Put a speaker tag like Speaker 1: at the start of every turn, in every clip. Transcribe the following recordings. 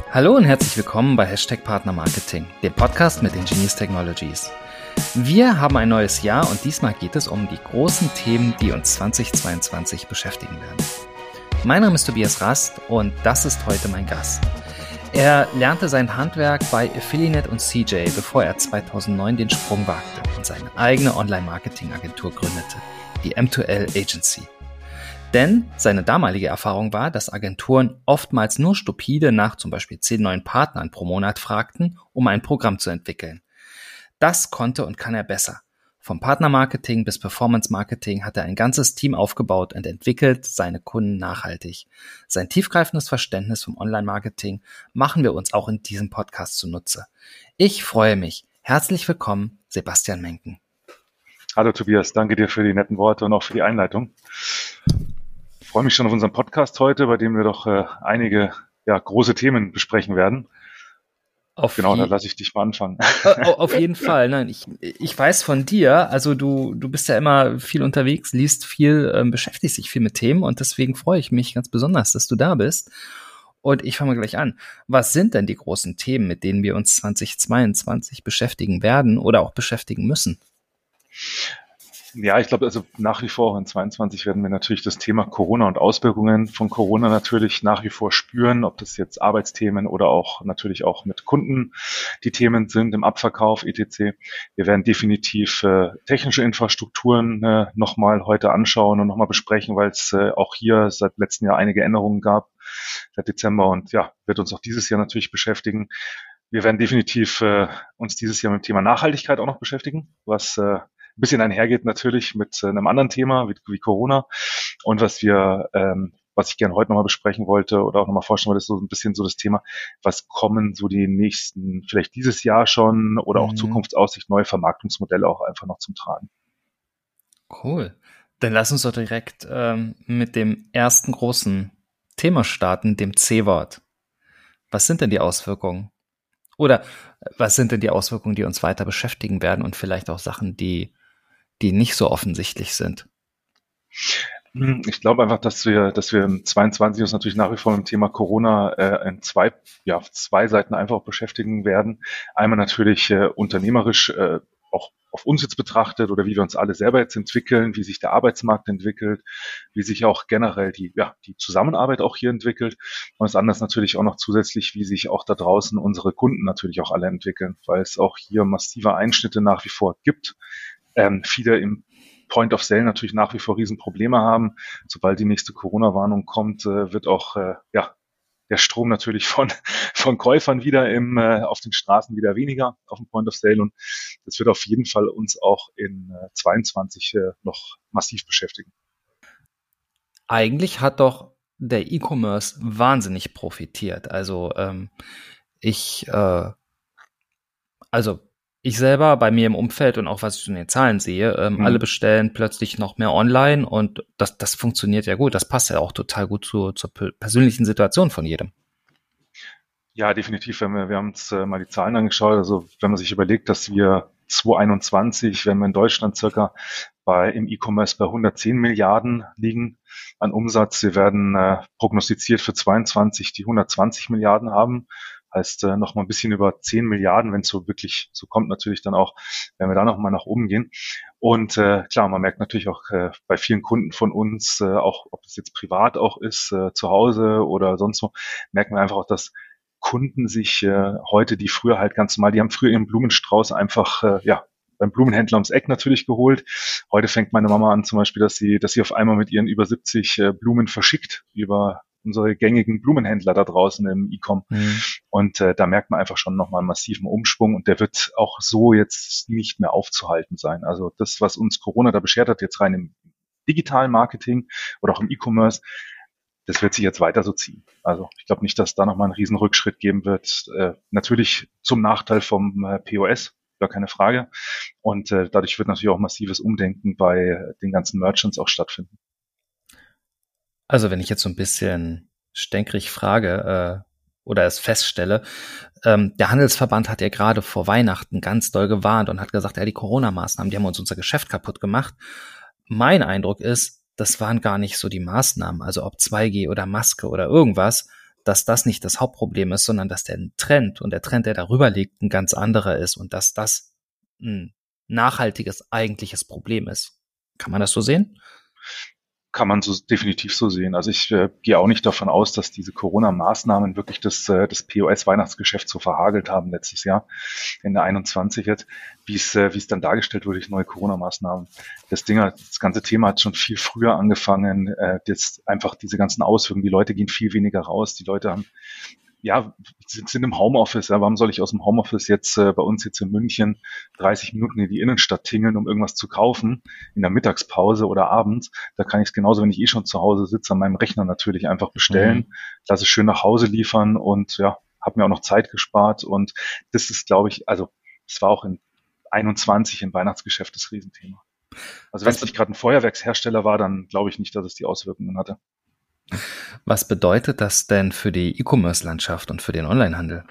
Speaker 1: Hallo und herzlich willkommen bei Partner Marketing, dem Podcast mit Ingenious Technologies. Wir haben ein neues Jahr und diesmal geht es um die großen Themen, die uns 2022 beschäftigen werden. Mein Name ist Tobias Rast und das ist heute mein Gast. Er lernte sein Handwerk bei Affiliate und CJ, bevor er 2009 den Sprung wagte und seine eigene Online-Marketing-Agentur gründete, die M2L Agency. Denn seine damalige Erfahrung war, dass Agenturen oftmals nur stupide nach zum Beispiel 10 neuen Partnern pro Monat fragten, um ein Programm zu entwickeln. Das konnte und kann er besser. Vom Partnermarketing bis Performance-Marketing hat er ein ganzes Team aufgebaut und entwickelt seine Kunden nachhaltig. Sein tiefgreifendes Verständnis vom Online-Marketing machen wir uns auch in diesem Podcast zunutze. Ich freue mich. Herzlich willkommen, Sebastian Menken.
Speaker 2: Hallo Tobias, danke dir für die netten Worte und auch für die Einleitung. Ich freue mich schon auf unseren Podcast heute, bei dem wir doch einige große Themen besprechen werden. Genau, da lasse ich dich mal anfangen.
Speaker 1: Auf jeden Fall. Nein, ich weiß von dir, also du bist ja immer viel unterwegs, liest viel, beschäftigst dich viel mit Themen und deswegen freue ich mich ganz besonders, dass du da bist. Und ich fange mal gleich an. Was sind denn die großen Themen, mit denen wir uns 2022 beschäftigen werden oder auch beschäftigen müssen?
Speaker 2: Ja, ich glaube, also nach wie vor auch in 22 werden wir natürlich das Thema Corona und Auswirkungen von Corona natürlich nach wie vor spüren, ob das jetzt Arbeitsthemen oder auch natürlich auch mit Kunden die Themen sind im Abverkauf etc. Wir werden definitiv technische Infrastrukturen nochmal heute anschauen und nochmal besprechen, weil es auch hier seit letztem Jahr einige Änderungen gab, seit Dezember und ja, wird uns auch dieses Jahr natürlich beschäftigen. Wir werden definitiv uns dieses Jahr mit dem Thema Nachhaltigkeit auch noch beschäftigen, was ein bisschen einhergeht natürlich mit einem anderen Thema wie Corona. Und was ich gerne heute nochmal besprechen wollte oder auch nochmal vorstellen wollte, ist so ein bisschen so das Thema, was kommen so die nächsten, vielleicht dieses Jahr schon oder auch Zukunftsaussicht, neue Vermarktungsmodelle auch einfach noch zum Tragen.
Speaker 1: Cool. Dann lass uns doch direkt mit dem ersten großen Thema starten, dem C-Wort. Was sind denn die Auswirkungen? Oder was sind denn die Auswirkungen, die uns weiter beschäftigen werden und vielleicht auch Sachen, die nicht so offensichtlich sind?
Speaker 2: Ich glaube einfach, dass wir im 22 uns natürlich nach wie vor mit dem Thema Corona in zwei Seiten einfach auch beschäftigen werden. Einmal natürlich unternehmerisch auch auf uns jetzt betrachtet oder wie wir uns alle selber jetzt entwickeln, wie sich der Arbeitsmarkt entwickelt, wie sich auch generell die Zusammenarbeit auch hier entwickelt. Und das andere ist natürlich auch noch zusätzlich, wie sich auch da draußen unsere Kunden natürlich auch alle entwickeln, weil es auch hier massive Einschnitte nach wie vor gibt. Viele im Point of Sale natürlich nach wie vor Riesenprobleme haben. Sobald die nächste Corona-Warnung kommt, wird auch der Strom natürlich von Käufern wieder auf den Straßen wieder weniger auf dem Point of Sale. Und das wird auf jeden Fall uns auch in 22 noch massiv beschäftigen.
Speaker 1: Eigentlich hat doch der E-Commerce wahnsinnig profitiert. Also ich selber bei mir im Umfeld und auch was ich in den Zahlen sehe, alle bestellen plötzlich noch mehr online und das funktioniert ja gut. Das passt ja auch total gut zur persönlichen Situation von jedem.
Speaker 2: Ja, definitiv. Wir haben uns mal die Zahlen angeschaut. Also wenn man sich überlegt, dass wir 2021, wenn wir in Deutschland circa im E-Commerce bei 110 Milliarden liegen an Umsatz. Wir werden prognostiziert für 22 die 120 Milliarden haben. Heißt noch mal ein bisschen über 10 Milliarden, wenn es so wirklich so kommt, natürlich dann auch, wenn wir da noch mal nach oben gehen. Und klar, man merkt natürlich auch bei vielen Kunden von uns, auch ob es jetzt privat auch ist, zu Hause oder sonst wo, merken wir einfach auch, dass Kunden sich heute, die früher halt ganz normal, die haben früher ihren Blumenstrauß einfach beim Blumenhändler ums Eck natürlich geholt. Heute fängt meine Mama an zum Beispiel, dass sie auf einmal mit ihren über 70 Blumen verschickt über unsere gängigen Blumenhändler da draußen im E-Com. Und da merkt man einfach schon nochmal einen massiven Umschwung und der wird auch so jetzt nicht mehr aufzuhalten sein. Also das, was uns Corona da beschert hat, jetzt rein im digitalen Marketing oder auch im E-Commerce, das wird sich jetzt weiter so ziehen. Also ich glaube nicht, dass da nochmal einen riesen Rückschritt geben wird. Natürlich zum Nachteil vom POS, gar keine Frage. Und dadurch wird natürlich auch massives Umdenken bei den ganzen Merchants auch stattfinden.
Speaker 1: Also wenn ich jetzt so ein bisschen stänkrig frage oder es feststelle, der Handelsverband hat ja gerade vor Weihnachten ganz doll gewarnt und hat gesagt, die Corona-Maßnahmen, die haben uns unser Geschäft kaputt gemacht. Mein Eindruck ist, das waren gar nicht so die Maßnahmen, also ob 2G oder Maske oder irgendwas, dass das nicht das Hauptproblem ist, sondern dass der Trend und der Trend, der darüber liegt, ein ganz anderer ist und dass das ein nachhaltiges, eigentliches Problem ist. Kann man das so sehen?
Speaker 2: Kann man so definitiv so sehen. Also ich gehe auch nicht davon aus, dass diese Corona-Maßnahmen wirklich das POS-Weihnachtsgeschäft so verhagelt haben letztes Jahr, Ende 21 jetzt, wie es dann dargestellt wurde durch neue Corona-Maßnahmen. Das ganze Thema hat schon viel früher angefangen. Einfach diese ganzen Auswirkungen. Die Leute gehen viel weniger raus. Die Leute sind im Homeoffice. Ja, warum soll ich aus dem Homeoffice jetzt bei uns jetzt in München 30 Minuten in die Innenstadt tingeln, um irgendwas zu kaufen in der Mittagspause oder abends? Da kann ich es genauso, wenn ich schon zu Hause sitze, an meinem Rechner natürlich einfach bestellen, lasse es schön nach Hause liefern und ja, habe mir auch noch Zeit gespart. Und das ist, glaube ich, also es war auch in 21 im Weihnachtsgeschäft das Riesenthema. Also wenn es nicht gerade ein Feuerwerkshersteller war, dann glaube ich nicht, dass es die Auswirkungen hatte.
Speaker 1: Was bedeutet das denn für die E-Commerce-Landschaft und für den Onlinehandel?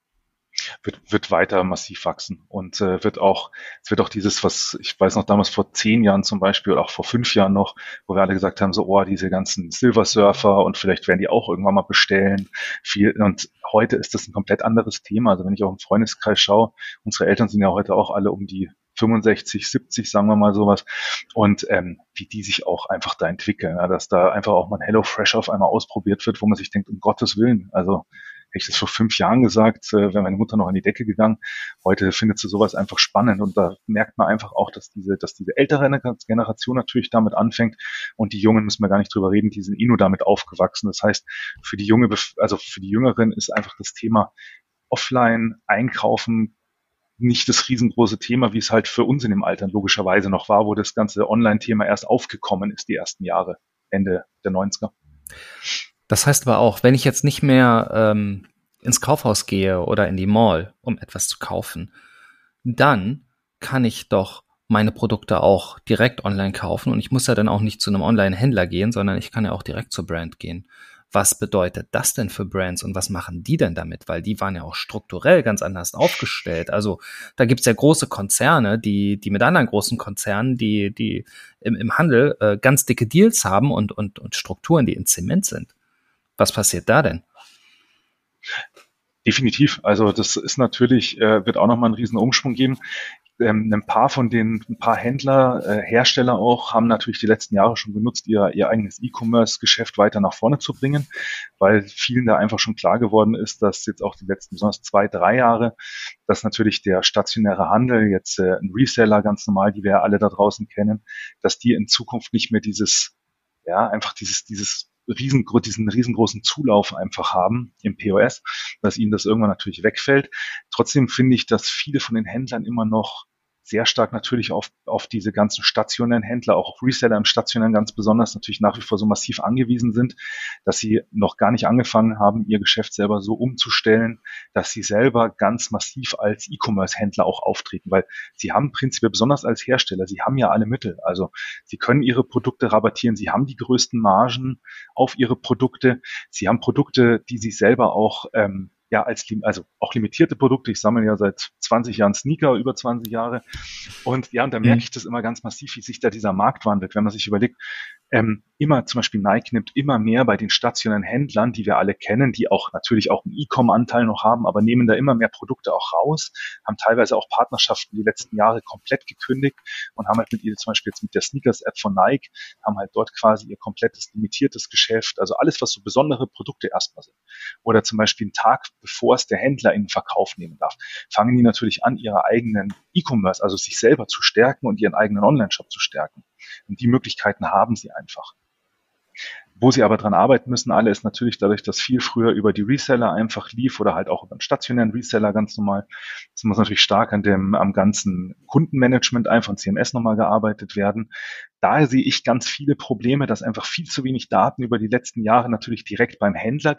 Speaker 2: Wird weiter massiv wachsen und es wird auch dieses, was ich weiß noch damals vor 10 Jahren zum Beispiel oder auch vor 5 Jahren noch, wo wir alle gesagt haben, so, diese ganzen Silver Surfer und vielleicht werden die auch irgendwann mal bestellen. Und heute ist das ein komplett anderes Thema. Also wenn ich auch im Freundeskreis schaue, unsere Eltern sind ja heute auch alle um die 65, 70, sagen wir mal sowas. Und wie die sich auch einfach da entwickeln, ja, dass da einfach auch mal ein HelloFresh auf einmal ausprobiert wird, wo man sich denkt, um Gottes Willen, also hätte ich das vor 5 Jahren gesagt, wäre meine Mutter noch an die Decke gegangen. Heute findet sie sowas einfach spannend und da merkt man einfach auch, dass diese ältere Generation natürlich damit anfängt und die Jungen müssen wir gar nicht drüber reden, die sind nur damit aufgewachsen. Das heißt, für die Jüngeren ist einfach das Thema Offline einkaufen nicht das riesengroße Thema, wie es halt für uns in dem Alter logischerweise noch war, wo das ganze Online-Thema erst aufgekommen ist, die ersten Jahre, Ende der 90er.
Speaker 1: Das heißt aber auch, wenn ich jetzt nicht mehr ins Kaufhaus gehe oder in die Mall, um etwas zu kaufen, dann kann ich doch meine Produkte auch direkt online kaufen und ich muss ja dann auch nicht zu einem Online-Händler gehen, sondern ich kann ja auch direkt zur Brand gehen. Was bedeutet das denn für Brands und was machen die denn damit? Weil die waren ja auch strukturell ganz anders aufgestellt. Also da gibt's ja große Konzerne, die mit anderen großen Konzernen, die im Handel ganz dicke Deals haben und Strukturen, die in Zement sind. Was passiert da denn?
Speaker 2: Definitiv. Also das ist natürlich, wird auch nochmal einen riesen Umschwung geben. Ein paar Händler, Hersteller auch, haben natürlich die letzten Jahre schon genutzt, ihr eigenes E-Commerce-Geschäft weiter nach vorne zu bringen, weil vielen da einfach schon klar geworden ist, dass jetzt auch die letzten besonders 2, 3 Jahre, dass natürlich der stationäre Handel, jetzt ein Reseller ganz normal, die wir ja alle da draußen kennen, dass die in Zukunft nicht mehr einfach diesen riesengroßen Zulauf einfach haben im POS, dass ihnen das irgendwann natürlich wegfällt. Trotzdem finde ich, dass viele von den Händlern immer noch sehr stark natürlich auf diese ganzen stationären Händler, auch auf Reseller im Stationären ganz besonders natürlich nach wie vor so massiv angewiesen sind, dass sie noch gar nicht angefangen haben, ihr Geschäft selber so umzustellen, dass sie selber ganz massiv als E-Commerce-Händler auch auftreten, weil sie haben prinzipiell, besonders als Hersteller, sie haben ja alle Mittel. Also sie können ihre Produkte rabattieren, sie haben die größten Margen auf ihre Produkte, sie haben Produkte, die sie selber auch also auch limitierte Produkte. Ich sammle ja seit 20 Jahren Sneaker, über 20 Jahre. Und ja, und da merke ich das immer ganz massiv, wie sich da dieser Markt wandelt. Wenn man sich überlegt, immer zum Beispiel Nike nimmt immer mehr bei den stationären Händlern, die wir alle kennen, die auch natürlich auch einen E-Com-Anteil noch haben, aber nehmen da immer mehr Produkte auch raus, haben teilweise auch Partnerschaften die letzten Jahre komplett gekündigt und haben halt zum Beispiel jetzt mit der Sneakers-App von Nike, haben halt dort quasi ihr komplettes limitiertes Geschäft, also alles, was so besondere Produkte erstmal sind. Oder zum Beispiel einen Tag, bevor es der Händler in den Verkauf nehmen darf, fangen die natürlich an, ihre eigenen E-Commerce, also sich selber zu stärken und ihren eigenen Online-Shop zu stärken. Und die Möglichkeiten haben sie einfach. Wo sie aber dran arbeiten müssen, alle, ist natürlich dadurch, dass viel früher über die Reseller einfach lief oder halt auch über einen stationären Reseller ganz normal. Es muss natürlich stark am ganzen Kundenmanagement einfach, CMS nochmal gearbeitet werden. Da sehe ich ganz viele Probleme, dass einfach viel zu wenig Daten über die letzten Jahre natürlich direkt beim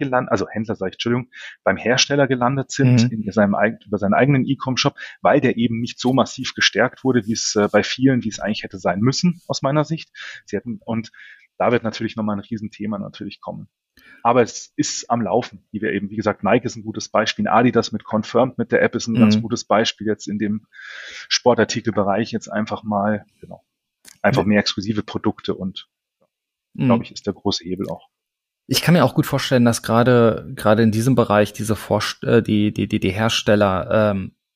Speaker 2: beim Hersteller gelandet sind, über seinen eigenen E-Com-Shop, weil der eben nicht so massiv gestärkt wurde, wie es wie es eigentlich hätte sein müssen, aus meiner Sicht. Da wird natürlich nochmal ein Riesenthema natürlich kommen. Aber es ist am Laufen, wie gesagt, Nike ist ein gutes Beispiel, Adidas mit Confirmed, mit der App ist ein ganz gutes Beispiel jetzt in dem Sportartikelbereich jetzt einfach mal, einfach mehr exklusive Produkte und glaube ich, ist der große Hebel auch.
Speaker 1: Ich kann mir auch gut vorstellen, dass gerade in diesem Bereich die Hersteller,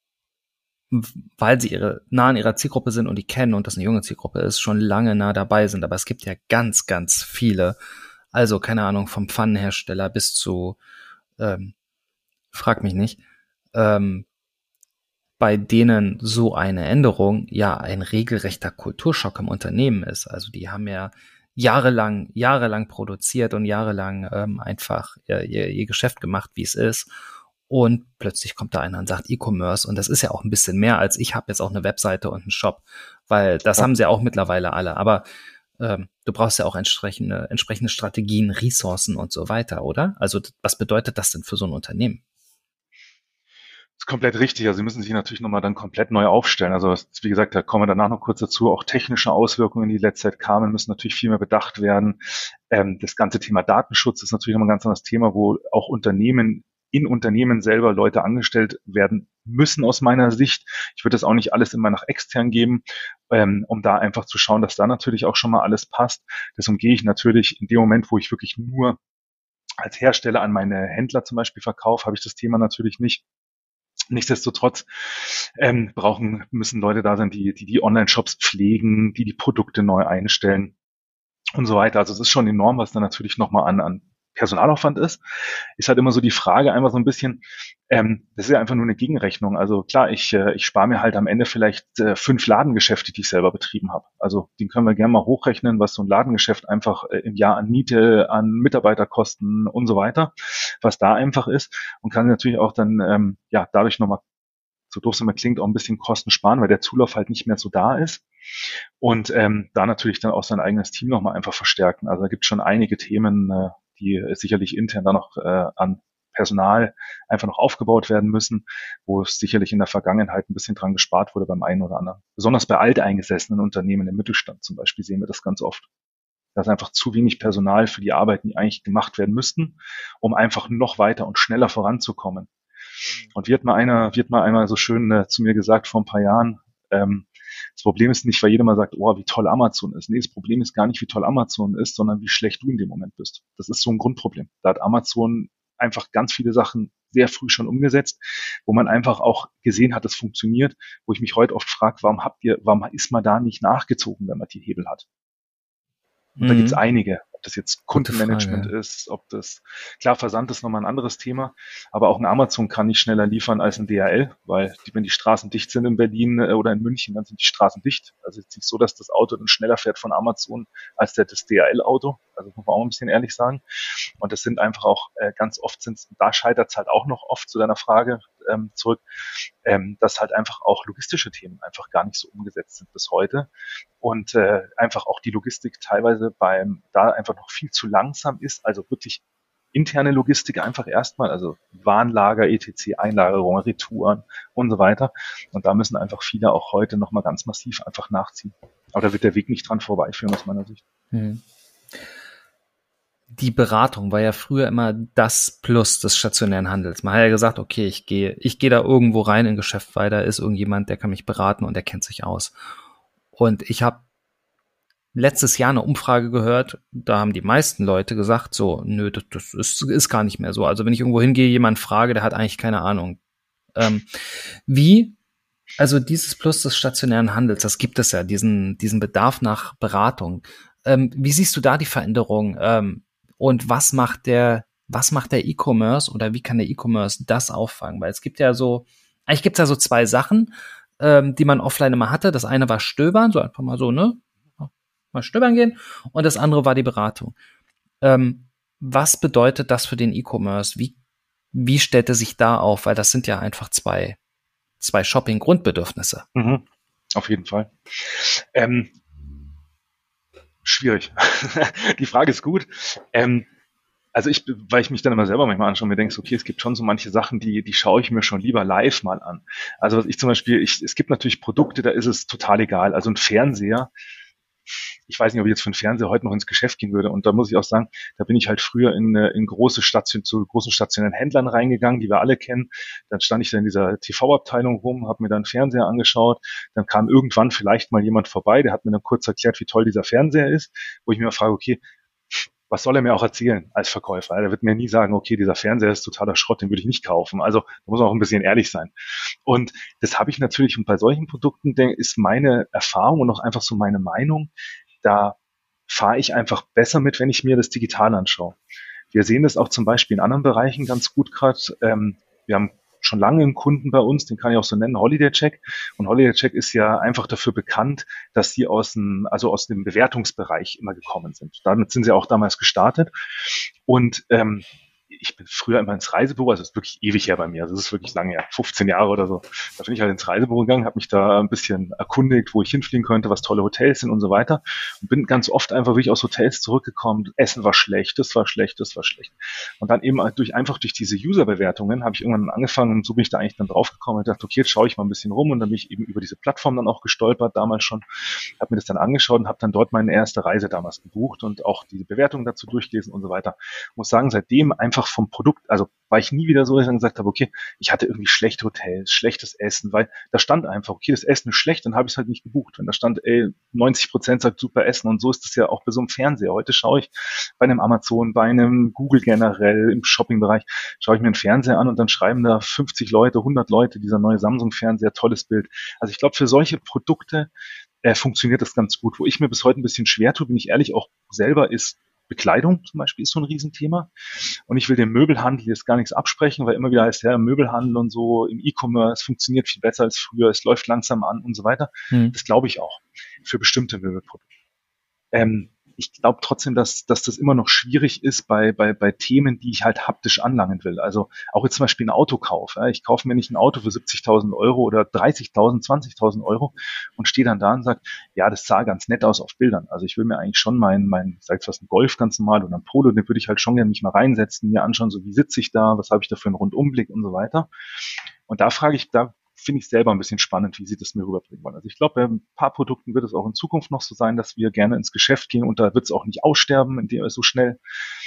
Speaker 1: weil sie nah an ihrer Zielgruppe sind und die kennen und das eine junge Zielgruppe ist, schon lange nah dabei sind. Aber es gibt ja ganz, ganz viele. Also, keine Ahnung, vom Pfannenhersteller bis zu, ähm, frag mich nicht, ähm, bei denen so eine Änderung ja ein regelrechter Kulturschock im Unternehmen ist. Also die haben ja jahrelang produziert und jahrelang einfach ihr Geschäft gemacht, wie es ist. Und plötzlich kommt da einer und sagt E-Commerce. Und das ist ja auch ein bisschen mehr als ich habe jetzt auch eine Webseite und einen Shop, weil das
Speaker 2: Ja.
Speaker 1: haben sie ja auch mittlerweile alle. Aber du brauchst ja auch entsprechende Strategien, Ressourcen und so weiter, oder? Also was bedeutet das denn für so ein Unternehmen?
Speaker 2: Das ist komplett richtig. Also Sie müssen sich natürlich nochmal dann komplett neu aufstellen. Also wie gesagt, da kommen wir danach noch kurz dazu. Auch technische Auswirkungen, die in letzter Zeit kamen, müssen natürlich viel mehr bedacht werden. Das ganze Thema Datenschutz ist natürlich nochmal ein ganz anderes Thema, wo auch in Unternehmen selber Leute angestellt werden müssen aus meiner Sicht. Ich würde das auch nicht alles immer nach extern geben, um da einfach zu schauen, dass da natürlich auch schon mal alles passt. Das umgehe ich natürlich in dem Moment, wo ich wirklich nur als Hersteller an meine Händler zum Beispiel verkaufe, habe ich das Thema natürlich nicht. Nichtsdestotrotz müssen Leute da sein, die Online-Shops pflegen, die Produkte neu einstellen und so weiter. Also es ist schon enorm, was da natürlich nochmal an Personalaufwand ist. Ist halt immer so die Frage einfach so ein bisschen, das ist ja einfach nur eine Gegenrechnung. Also klar, ich spare mir halt am Ende vielleicht 5 Ladengeschäfte, die ich selber betrieben habe. Also den können wir gerne mal hochrechnen, was so ein Ladengeschäft einfach im Jahr an Miete, an Mitarbeiterkosten und so weiter, was da einfach ist und kann natürlich auch dann ja dadurch nochmal, so doof es immer klingt, auch ein bisschen Kosten sparen, weil der Zulauf halt nicht mehr so da ist. Und da natürlich dann auch sein eigenes Team nochmal einfach verstärken. Also da gibt es schon einige Themen, die sicherlich intern dann noch an Personal einfach noch aufgebaut werden müssen, wo es sicherlich in der Vergangenheit ein bisschen dran gespart wurde beim einen oder anderen. Besonders bei alteingesessenen Unternehmen im Mittelstand zum Beispiel sehen wir das ganz oft. Da ist einfach zu wenig Personal für die Arbeiten, die eigentlich gemacht werden müssten, um einfach noch weiter und schneller voranzukommen. Und wird mal einmal so schön zu mir gesagt vor ein paar Jahren, das Problem ist nicht, weil jeder mal sagt, oh, wie toll Amazon ist. Nee, das Problem ist gar nicht, wie toll Amazon ist, sondern wie schlecht du in dem Moment bist. Das ist so ein Grundproblem. Da hat Amazon einfach ganz viele Sachen sehr früh schon umgesetzt, wo man einfach auch gesehen hat, es funktioniert, wo ich mich heute oft frage, warum ist man da nicht nachgezogen, wenn man die Hebel hat? Und da gibt's
Speaker 1: Mhm.
Speaker 2: einige, ob das jetzt
Speaker 1: Gute
Speaker 2: Kundenmanagement
Speaker 1: Frage.
Speaker 2: ist, ob das, klar, Versand ist nochmal ein anderes Thema, aber auch ein Amazon kann nicht schneller liefern als ein DHL, weil wenn die Straßen dicht sind in Berlin oder in München, dann sind die Straßen dicht. Also es ist nicht so, dass das Auto dann schneller fährt von Amazon als das DHL-Auto. Also das muss man auch ein bisschen ehrlich sagen. Und das sind einfach auch ganz oft da scheitert es halt auch noch oft zu deiner Frage zurück, dass halt einfach auch logistische Themen einfach gar nicht so umgesetzt sind bis heute und einfach auch die Logistik teilweise da einfach noch viel zu langsam ist, also wirklich interne Logistik einfach erstmal, also Warenlager, etc., Einlagerung, Retouren und so weiter. Und da müssen einfach viele auch heute nochmal ganz massiv einfach nachziehen. Aber da wird der Weg nicht dran vorbeiführen aus meiner Sicht.
Speaker 1: Mhm. Die Beratung war ja früher immer das Plus des stationären Handels. Man hat ja gesagt, okay, ich gehe da irgendwo rein in ein Geschäft, weil da ist irgendjemand, der kann mich beraten und der kennt sich aus. Und ich habe letztes Jahr eine Umfrage gehört, da haben die meisten Leute gesagt, so, nö, das ist gar nicht mehr so. Also wenn ich irgendwo hingehe, jemand frage, der hat eigentlich keine Ahnung. Ähm, wie, also dieses Plus des stationären Handels, das gibt es ja, diesen Bedarf nach Beratung. Wie siehst du da die Veränderung? Und was macht der E-Commerce oder wie kann der E-Commerce das auffangen? Weil eigentlich gibt's ja so zwei Sachen, die man offline immer hatte. Das eine war Stöbern, so einfach mal so, ne? Mal stöbern gehen. Und das andere war die Beratung. Was bedeutet das für den E-Commerce? Wie stellt er sich da auf? Weil das sind ja einfach zwei Shopping-Grundbedürfnisse.
Speaker 2: Mhm. Auf jeden Fall. Ähm, schwierig. Die Frage ist gut. Also weil ich mich dann immer selber manchmal anschaue und mir denke, okay, es gibt schon so manche Sachen, die schaue ich mir schon lieber live mal an. Also was ich zum Beispiel, es gibt natürlich Produkte, da ist es total egal. Also ein Fernseher, ich weiß nicht, ob ich jetzt für einen Fernseher heute noch ins Geschäft gehen würde. Und da muss ich auch sagen, da bin ich halt früher zu großen stationären Händlern reingegangen, die wir alle kennen. Dann stand ich da in dieser TV-Abteilung rum, habe mir dann Fernseher angeschaut. Dann kam irgendwann vielleicht mal jemand vorbei, der hat mir dann kurz erklärt, wie toll dieser Fernseher ist, wo ich mir frage, okay, was soll er mir auch erzählen als Verkäufer? Er wird mir nie sagen, okay, dieser Fernseher ist totaler Schrott, den würde ich nicht kaufen. Also da muss man auch ein bisschen ehrlich sein. Und das habe ich natürlich, und bei solchen Produkten ist meine Erfahrung und auch einfach so meine Meinung, da fahre ich einfach besser mit, wenn ich mir das digital anschaue. Wir sehen das auch zum Beispiel in anderen Bereichen ganz gut gerade. Wir haben schon lange einen Kunden bei uns, den kann ich auch so nennen, Holiday Check. Und Holiday Check ist ja einfach dafür bekannt, dass sie aus dem Bewertungsbereich immer gekommen sind. Damit sind sie auch damals gestartet. Und ich bin früher immer ins Reisebüro, also das ist wirklich ewig her bei mir, also das ist wirklich lange her, 15 Jahre oder so. Da bin ich halt ins Reisebüro gegangen, habe mich da ein bisschen erkundigt, wo ich hinfliegen könnte, was tolle Hotels sind und so weiter. Und bin ganz oft einfach wirklich aus Hotels zurückgekommen. Essen war schlecht, das war schlecht, das war schlecht. Und dann eben durch diese User-Bewertungen habe ich irgendwann angefangen und so bin ich da eigentlich dann draufgekommen und dachte, okay, jetzt schaue ich mal ein bisschen rum und dann bin ich eben über diese Plattform dann auch gestolpert, damals schon, habe mir das dann angeschaut und habe dann dort meine erste Reise damals gebucht und auch die Bewertungen dazu durchgelesen und so weiter. Ich muss sagen, seitdem einfach vom Produkt, also war ich nie wieder so, dass ich dann gesagt habe, okay, ich hatte irgendwie schlechte Hotels, schlechtes Essen, weil da stand einfach, okay, das Essen ist schlecht, dann habe ich es halt nicht gebucht. Wenn da stand, 90% sagt super Essen und so ist das ja auch bei so einem Fernseher. Heute schaue ich bei einem Amazon, bei einem Google generell, im Shoppingbereich, schaue ich mir einen Fernseher an und dann schreiben da 50 Leute, 100 Leute, dieser neue Samsung-Fernseher, tolles Bild. Also ich glaube, für solche Produkte funktioniert das ganz gut. Wo ich mir bis heute ein bisschen schwer tue, bin ich ehrlich auch selber, ist Bekleidung zum Beispiel ist so ein Riesenthema. Und ich will dem Möbelhandel jetzt gar nichts absprechen, weil immer wieder heißt, ja, Möbelhandel und so im E-Commerce funktioniert viel besser als früher, es läuft langsam an und so weiter. Das glaube ich auch für bestimmte Möbelprodukte. Ich glaube trotzdem, dass das immer noch schwierig ist bei Themen, die ich halt haptisch anlangen will. Also auch jetzt zum Beispiel ein Autokauf. Ja. Ich kaufe mir nicht ein Auto für 70.000 Euro oder 30.000, 20.000 Euro und stehe dann da und sage, ja, das sah ganz nett aus auf Bildern. Also ich will mir eigentlich schon ich sag jetzt was, ein Golf ganz normal oder ein Polo, den würde ich halt schon gerne mich mal reinsetzen, mir anschauen, so wie sitze ich da, was habe ich da für einen Rundumblick und so weiter. Und da finde ich selber ein bisschen spannend, wie sie das mir rüberbringen wollen. Also ich glaube, bei ein paar Produkten wird es auch in Zukunft noch so sein, dass wir gerne ins Geschäft gehen und da wird es auch nicht aussterben, indem es so schnell.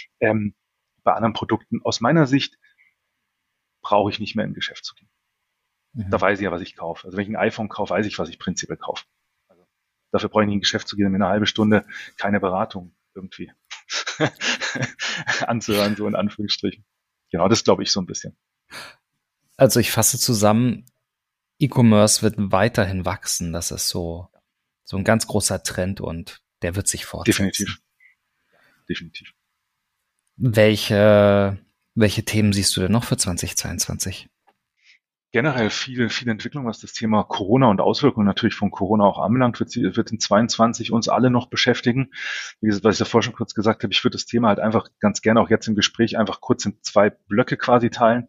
Speaker 2: Bei anderen Produkten, aus meiner Sicht, brauche ich nicht mehr in Geschäft zu gehen. Da weiß ich ja, was ich kaufe. Also wenn ich ein iPhone kaufe, weiß ich, was ich prinzipiell kaufe. Also dafür brauche ich nicht in Geschäft zu gehen, um mir eine halbe Stunde keine Beratung irgendwie anzuhören, so in Anführungsstrichen. Genau, das glaube ich so ein bisschen.
Speaker 1: Also ich fasse zusammen, E-Commerce wird weiterhin wachsen. Das ist so ein ganz großer Trend und der wird sich fortsetzen.
Speaker 2: Definitiv.
Speaker 1: Welche Themen siehst du denn noch für 2022?
Speaker 2: Generell viel Entwicklung, was das Thema Corona und Auswirkungen natürlich von Corona auch anbelangt, wird in 22 uns alle noch beschäftigen. Wie gesagt, was ich davor schon kurz gesagt habe, ich würde das Thema halt einfach ganz gerne auch jetzt im Gespräch einfach kurz in 2 Blöcke quasi teilen.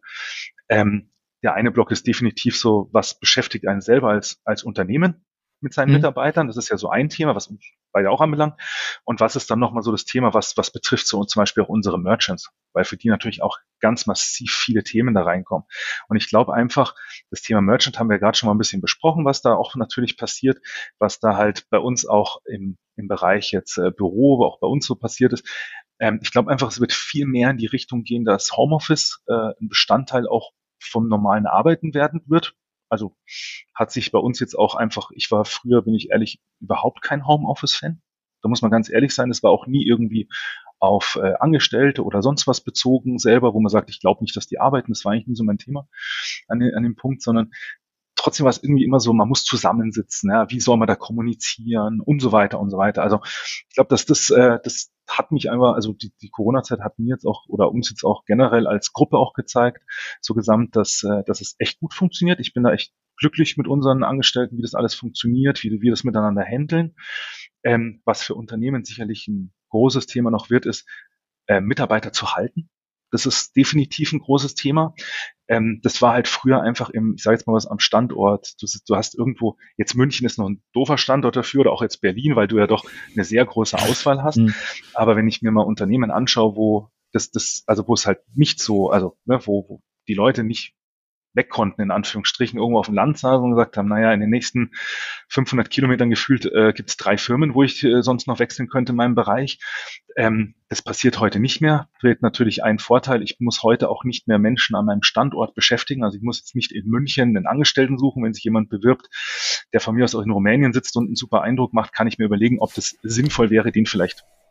Speaker 2: Der eine Block ist definitiv so, was beschäftigt einen selber als Unternehmen mit seinen Mitarbeitern. Das ist ja so ein Thema, was uns beide auch anbelangt. Und was ist dann nochmal so das Thema, was betrifft so zum Beispiel auch unsere Merchants, weil für die natürlich auch ganz massiv viele Themen da reinkommen. Und ich glaube einfach, das Thema Merchant haben wir gerade schon mal ein bisschen besprochen, was da auch natürlich passiert, was da halt bei uns auch im Bereich jetzt Büro, auch bei uns so passiert ist. Ich glaube einfach, es wird viel mehr in die Richtung gehen, dass Homeoffice ein Bestandteil auch vom normalen Arbeiten werden wird. Also hat sich bei uns jetzt auch einfach, ich war früher, bin ich ehrlich, überhaupt kein Homeoffice-Fan. Da muss man ganz ehrlich sein, es war auch nie irgendwie auf Angestellte oder sonst was bezogen selber, wo man sagt, ich glaube nicht, dass die arbeiten. Das war eigentlich nie so mein Thema an dem Punkt, sondern trotzdem war es irgendwie immer so, man muss zusammensitzen, ja, wie soll man da kommunizieren und so weiter und so weiter. Also ich glaube, dass das hat mich einfach, also die Corona-Zeit hat mir jetzt auch oder uns jetzt auch generell als Gruppe auch gezeigt, so gesamt, dass es echt gut funktioniert. Ich bin da echt glücklich mit unseren Angestellten, wie das alles funktioniert, wie wir das miteinander handeln. Was für Unternehmen sicherlich ein großes Thema noch wird, ist Mitarbeiter zu halten. Das ist definitiv ein großes Thema. Das war halt früher einfach ich sage jetzt mal was, am Standort. Du hast irgendwo, jetzt München ist noch ein doofer Standort dafür oder auch jetzt Berlin, weil du ja doch eine sehr große Auswahl hast. Aber wenn ich mir mal Unternehmen anschaue, wo wo es halt nicht so, also wo die Leute nicht weg konnten, in Anführungsstrichen, irgendwo auf dem Land saßen und gesagt haben, naja, in den nächsten 500 Kilometern gefühlt gibt es 3 Firmen, wo ich sonst noch wechseln könnte in meinem Bereich. Das passiert heute nicht mehr. Das ist natürlich ein Vorteil. Ich muss heute auch nicht mehr Menschen an meinem Standort beschäftigen. Also ich muss jetzt nicht in München einen Angestellten suchen, wenn sich jemand bewirbt, der von mir aus auch in Rumänien sitzt und einen super Eindruck macht, kann ich mir überlegen, ob das sinnvoll wäre, den vielleicht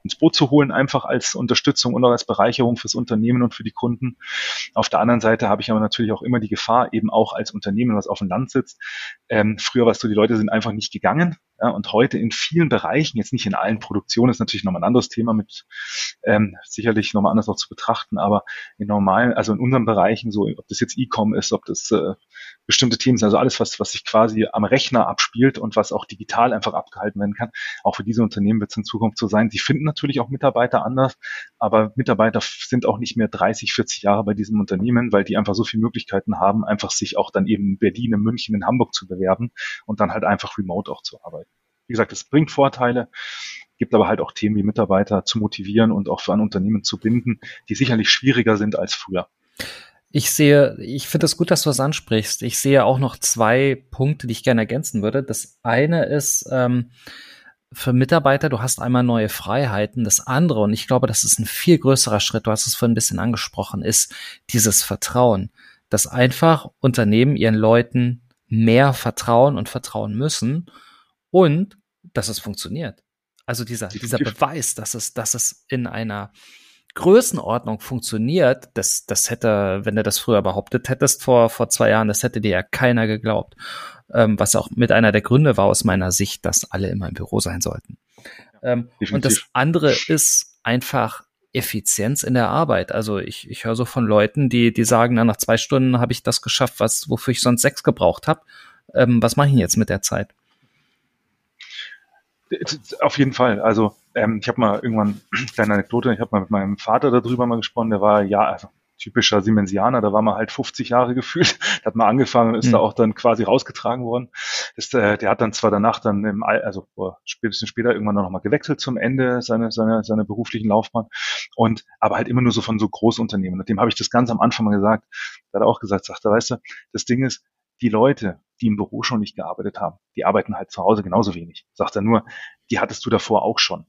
Speaker 2: ins Boot zu holen, einfach als Unterstützung und auch als Bereicherung fürs Unternehmen und für die Kunden. Auf der anderen Seite habe ich aber natürlich auch immer die Gefahr, eben auch als Unternehmen, was auf dem Land sitzt. Früher war es so, die Leute sind einfach nicht gegangen. Ja, und heute in vielen Bereichen, jetzt nicht in allen Produktionen, ist natürlich nochmal ein anderes Thema mit sicherlich nochmal anders auch zu betrachten, aber in normalen, also in unseren Bereichen, so ob das jetzt E-Com ist, ob das bestimmte Themen sind, also alles, was sich quasi am Rechner abspielt und was auch digital einfach abgehalten werden kann, auch für diese Unternehmen wird es in Zukunft so sein. Sie finden natürlich auch Mitarbeiter anders, aber Mitarbeiter sind auch nicht mehr 30, 40 Jahre bei diesem Unternehmen, weil die einfach so viele Möglichkeiten haben, einfach sich auch dann eben in Berlin, in München, in Hamburg zu bewerben und dann halt einfach remote auch zu arbeiten. Wie gesagt, es bringt Vorteile, gibt aber halt auch Themen wie Mitarbeiter zu motivieren und auch für ein Unternehmen zu binden, die sicherlich schwieriger sind als früher.
Speaker 1: Ich finde es gut, dass du das ansprichst. Ich sehe auch noch 2 Punkte, die ich gerne ergänzen würde. Das eine ist, für Mitarbeiter, du hast einmal neue Freiheiten. Das andere, und ich glaube, das ist ein viel größerer Schritt, du hast es vorhin ein bisschen angesprochen, ist dieses Vertrauen, dass einfach Unternehmen ihren Leuten mehr vertrauen und vertrauen müssen und dass es funktioniert. Also dieser Beweis, dass es in einer Größenordnung funktioniert, das hätte, wenn du das früher behauptet hättest vor 2 Jahren, das hätte dir ja keiner geglaubt. Was auch mit einer der Gründe war aus meiner Sicht, dass alle immer im Büro sein sollten. Und das andere ist einfach Effizienz in der Arbeit. Also ich höre so von Leuten, die sagen, nach 2 Stunden habe ich das geschafft, wofür ich sonst 6 gebraucht habe. Was mache ich jetzt mit der Zeit?
Speaker 2: Auf jeden Fall. Also ich habe mal irgendwann, kleine Anekdote, ich habe mal mit meinem Vater darüber mal gesprochen, der war also typischer Siemensianer, da war man halt 50 Jahre gefühlt, da hat man angefangen und ist da auch dann quasi rausgetragen worden. Der hat dann zwar danach dann bisschen später irgendwann noch mal gewechselt zum Ende seiner beruflichen Laufbahn aber halt immer nur so von so Großunternehmen. Und dem habe ich das ganz am Anfang mal gesagt. Da hat er auch gesagt, sagt er, weißt du, das Ding ist, die Leute, die im Büro schon nicht gearbeitet haben, die arbeiten halt zu Hause genauso wenig. Sagt er nur, die hattest du davor auch schon.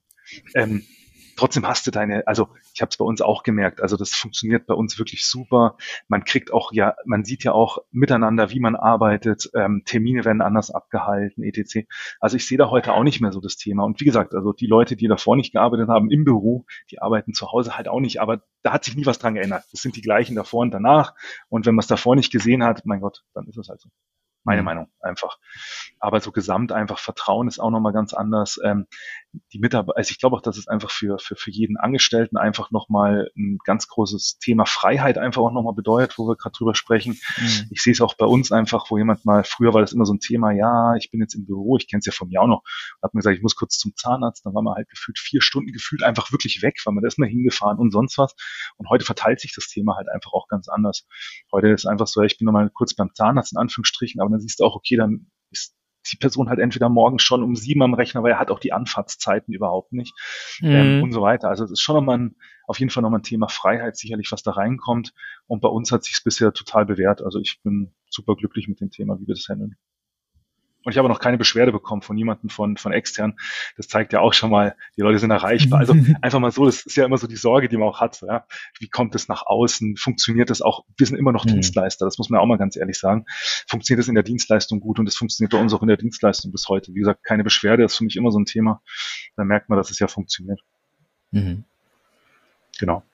Speaker 2: Trotzdem hast du also ich habe es bei uns auch gemerkt, also das funktioniert bei uns wirklich super. Man sieht ja auch miteinander, wie man arbeitet, Termine werden anders abgehalten, etc. Also ich sehe da heute auch nicht mehr so das Thema. Und wie gesagt, also die Leute, die davor nicht gearbeitet haben im Büro, die arbeiten zu Hause halt auch nicht, aber da hat sich nie was dran geändert. Das sind die gleichen davor und danach. Und wenn man es davor nicht gesehen hat, mein Gott, dann ist es halt so. Meine Meinung einfach. Aber so gesamt einfach Vertrauen ist auch nochmal ganz anders. Die Mitarbeiter, also ich glaube auch, dass es einfach für jeden Angestellten einfach nochmal ein ganz großes Thema Freiheit einfach auch nochmal bedeutet, wo wir gerade drüber sprechen. Ich sehe es auch bei uns einfach, wo jemand mal, früher war das immer so ein Thema, ja, ich bin jetzt im Büro, ich kenne es ja von mir auch noch, hat mir gesagt, ich muss kurz zum Zahnarzt, dann war man halt gefühlt 4 Stunden gefühlt einfach wirklich weg, weil man da ist mal hingefahren und sonst was. Und heute verteilt sich das Thema halt einfach auch ganz anders. Heute ist einfach so, ich bin nochmal kurz beim Zahnarzt in Anführungsstrichen, aber dann siehst du auch, okay, dann ist die Person halt entweder morgens schon um 7 am Rechner, weil er hat auch die Anfahrtszeiten überhaupt nicht und so weiter. Also es ist schon nochmal auf jeden Fall nochmal ein Thema Freiheit, sicherlich, was da reinkommt. Und bei uns hat sich bisher total bewährt. Also ich bin super glücklich mit dem Thema, wie wir das handeln. Und ich habe noch keine Beschwerde bekommen von jemandem von extern. Das zeigt ja auch schon mal, die Leute sind erreichbar. Also einfach mal so, das ist ja immer so die Sorge, die man auch hat. Ja? Wie kommt es nach außen? Funktioniert das auch? Wir sind immer noch Dienstleister, das muss man auch mal ganz ehrlich sagen. Funktioniert das in der Dienstleistung gut und das funktioniert bei uns auch in der Dienstleistung bis heute. Wie gesagt, keine Beschwerde ist für mich immer so ein Thema. Da merkt man, dass es ja funktioniert. Genau.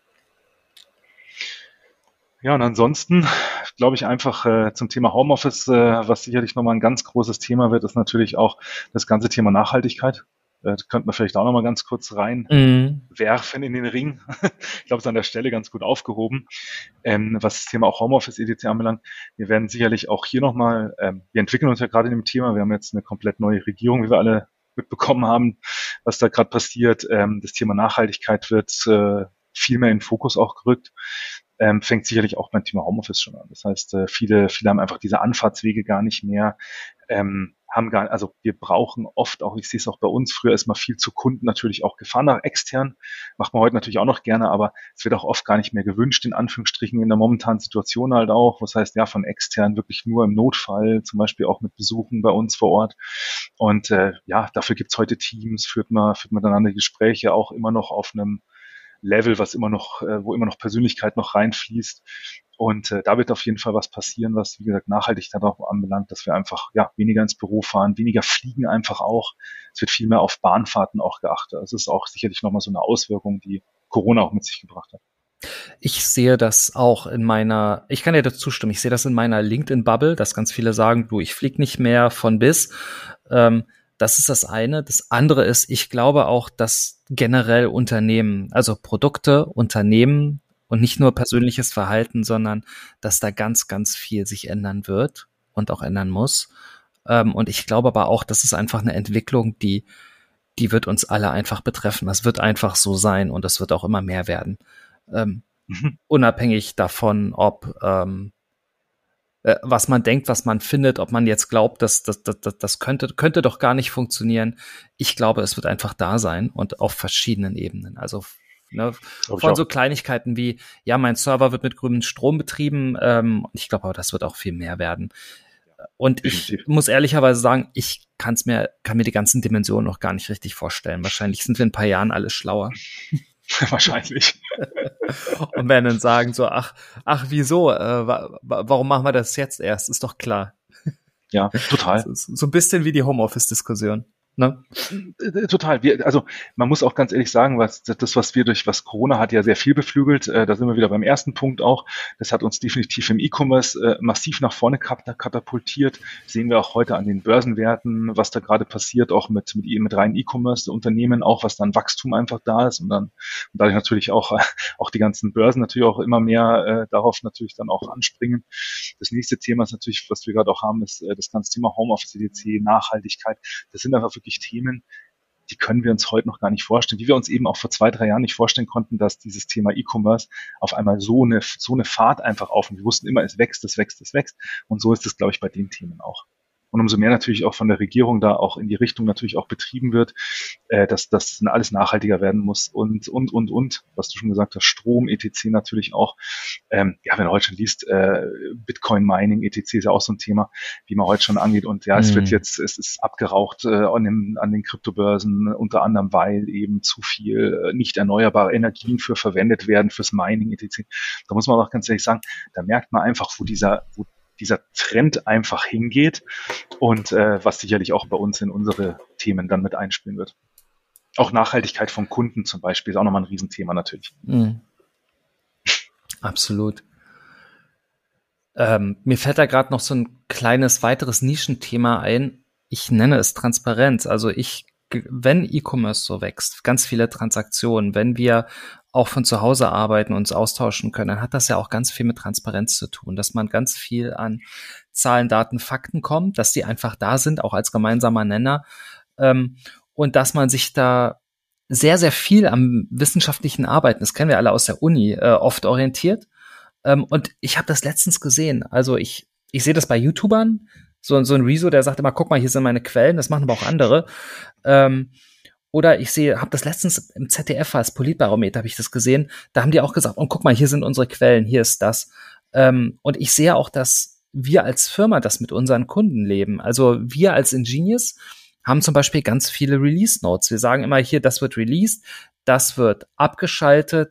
Speaker 2: Ja, und ansonsten glaube ich einfach zum Thema Homeoffice, was sicherlich nochmal ein ganz großes Thema wird, ist natürlich auch das ganze Thema Nachhaltigkeit. Das könnte man vielleicht auch nochmal ganz kurz reinwerfen in den Ring. Ich glaube, es ist an der Stelle ganz gut aufgehoben. Was das Thema auch Homeoffice EDC anbelangt, wir werden sicherlich auch hier nochmal, wir entwickeln uns ja gerade in dem Thema, wir haben jetzt eine komplett neue Regierung, wie wir alle mitbekommen haben, was da gerade passiert. Das Thema Nachhaltigkeit wird viel mehr in den Fokus auch gerückt. Fängt sicherlich auch beim Thema Homeoffice schon an. Das heißt, viele haben einfach diese Anfahrtswege gar nicht mehr, also wir brauchen oft auch, ich sehe es auch bei uns, früher ist man viel zu Kunden natürlich auch gefahren nach extern, macht man heute natürlich auch noch gerne, aber es wird auch oft gar nicht mehr gewünscht, in Anführungsstrichen, in der momentanen Situation halt auch. Was heißt, ja, von extern wirklich nur im Notfall, zum Beispiel auch mit Besuchen bei uns vor Ort. Und dafür gibt's heute Teams, führt man miteinander Gespräche auch immer noch auf einem Level, was immer noch, wo immer noch Persönlichkeit noch reinfließt. Und da wird auf jeden Fall was passieren, was, wie gesagt, Nachhaltigkeit auch anbelangt, dass wir einfach weniger ins Büro fahren, weniger fliegen einfach auch. Es wird viel mehr auf Bahnfahrten auch geachtet. Das ist auch sicherlich nochmal so eine Auswirkung, die Corona auch mit sich gebracht hat.
Speaker 1: Ich sehe das auch ich kann dir dazu stimmen, ich sehe das in meiner LinkedIn-Bubble, dass ganz viele sagen, du, ich fliege nicht mehr von bis. Das ist das eine. Das andere ist, ich glaube auch, dass generell Unternehmen, also Produkte, Unternehmen und nicht nur persönliches Verhalten, sondern dass da ganz, ganz viel sich ändern wird und auch ändern muss. Und ich glaube aber auch, das ist einfach eine Entwicklung, die wird uns alle einfach betreffen. Das wird einfach so sein und das wird auch immer mehr werden. Unabhängig davon, ob was man denkt, was man findet, ob man jetzt glaubt, das könnte doch gar nicht funktionieren. Ich glaube, es wird einfach da sein und auf verschiedenen Ebenen. Also von so Kleinigkeiten wie, ja, mein Server wird mit grünem Strom betrieben. Ich glaube aber, das wird auch viel mehr werden. Und ich muss ehrlicherweise sagen, kann mir die ganzen Dimensionen noch gar nicht richtig vorstellen. Wahrscheinlich sind wir in ein paar Jahren alle schlauer.
Speaker 2: Wahrscheinlich.
Speaker 1: Und werden dann sagen so, ach, wieso? Warum machen wir das jetzt erst? Ist doch klar.
Speaker 2: Ja, total.
Speaker 1: So ein bisschen wie die Homeoffice-Diskussion. Ne?
Speaker 2: Total. Also man muss auch ganz ehrlich sagen, was Corona hat ja sehr viel beflügelt. Da sind wir wieder beim ersten Punkt auch. Das hat uns definitiv im E-Commerce massiv nach vorne katapultiert. Sehen wir auch heute an den Börsenwerten, was da gerade passiert, auch mit reinen E-Commerce-Unternehmen, auch was dann Wachstum einfach da ist und dadurch natürlich auch die ganzen Börsen natürlich auch immer mehr darauf natürlich dann auch anspringen. Das nächste Thema ist natürlich, was wir gerade auch haben, ist das ganze Thema Homeoffice, EDC, Nachhaltigkeit. Das sind einfach wirklich Themen, die können wir uns heute noch gar nicht vorstellen, wie wir uns eben auch vor 2-3 Jahren nicht vorstellen konnten, dass dieses Thema E-Commerce auf einmal so eine Fahrt einfach aufnimmt. Wir wussten immer, es wächst. Und so ist es, glaube ich, bei den Themen auch. Und umso mehr natürlich auch von der Regierung da auch in die Richtung natürlich auch betrieben wird, dass das alles nachhaltiger werden muss und, was du schon gesagt hast, Strom, etc. natürlich auch. Wenn du heute schon liest, Bitcoin Mining, etc. ist ja auch so ein Thema, wie man heute schon angeht. Und es ist abgeraucht an den Kryptobörsen, unter anderem, weil eben zu viel nicht erneuerbare Energien verwendet werden fürs Mining, etc. Da muss man auch ganz ehrlich sagen, da merkt man einfach, wo dieser Trend einfach hingeht und was sicherlich auch bei uns in unsere Themen dann mit einspielen wird. Auch Nachhaltigkeit von Kunden zum Beispiel ist auch nochmal ein Riesenthema natürlich.
Speaker 1: Mhm. Absolut. Mir fällt da gerade noch so ein kleines weiteres Nischenthema ein. Ich nenne es Transparenz. Also wenn E-Commerce so wächst, ganz viele Transaktionen, wenn wir auch von zu Hause arbeiten, uns austauschen können, dann hat das ja auch ganz viel mit Transparenz zu tun, dass man ganz viel an Zahlen, Daten, Fakten kommt, dass die einfach da sind, auch als gemeinsamer Nenner, und dass man sich da sehr, sehr viel am wissenschaftlichen Arbeiten, das kennen wir alle aus der Uni, oft orientiert. Und ich habe das letztens gesehen. Also ich sehe das bei YouTubern, so ein Rezo, der sagt immer, guck mal, hier sind meine Quellen, das machen aber auch andere. Oder habe das letztens im ZDF als Politbarometer, habe ich das gesehen, da haben die auch gesagt, und guck mal, hier sind unsere Quellen, hier ist das. Und ich sehe auch, dass wir als Firma das mit unseren Kunden leben. Also wir als Ingenious haben zum Beispiel ganz viele Release-Notes. Wir sagen immer hier, das wird released, das wird abgeschaltet,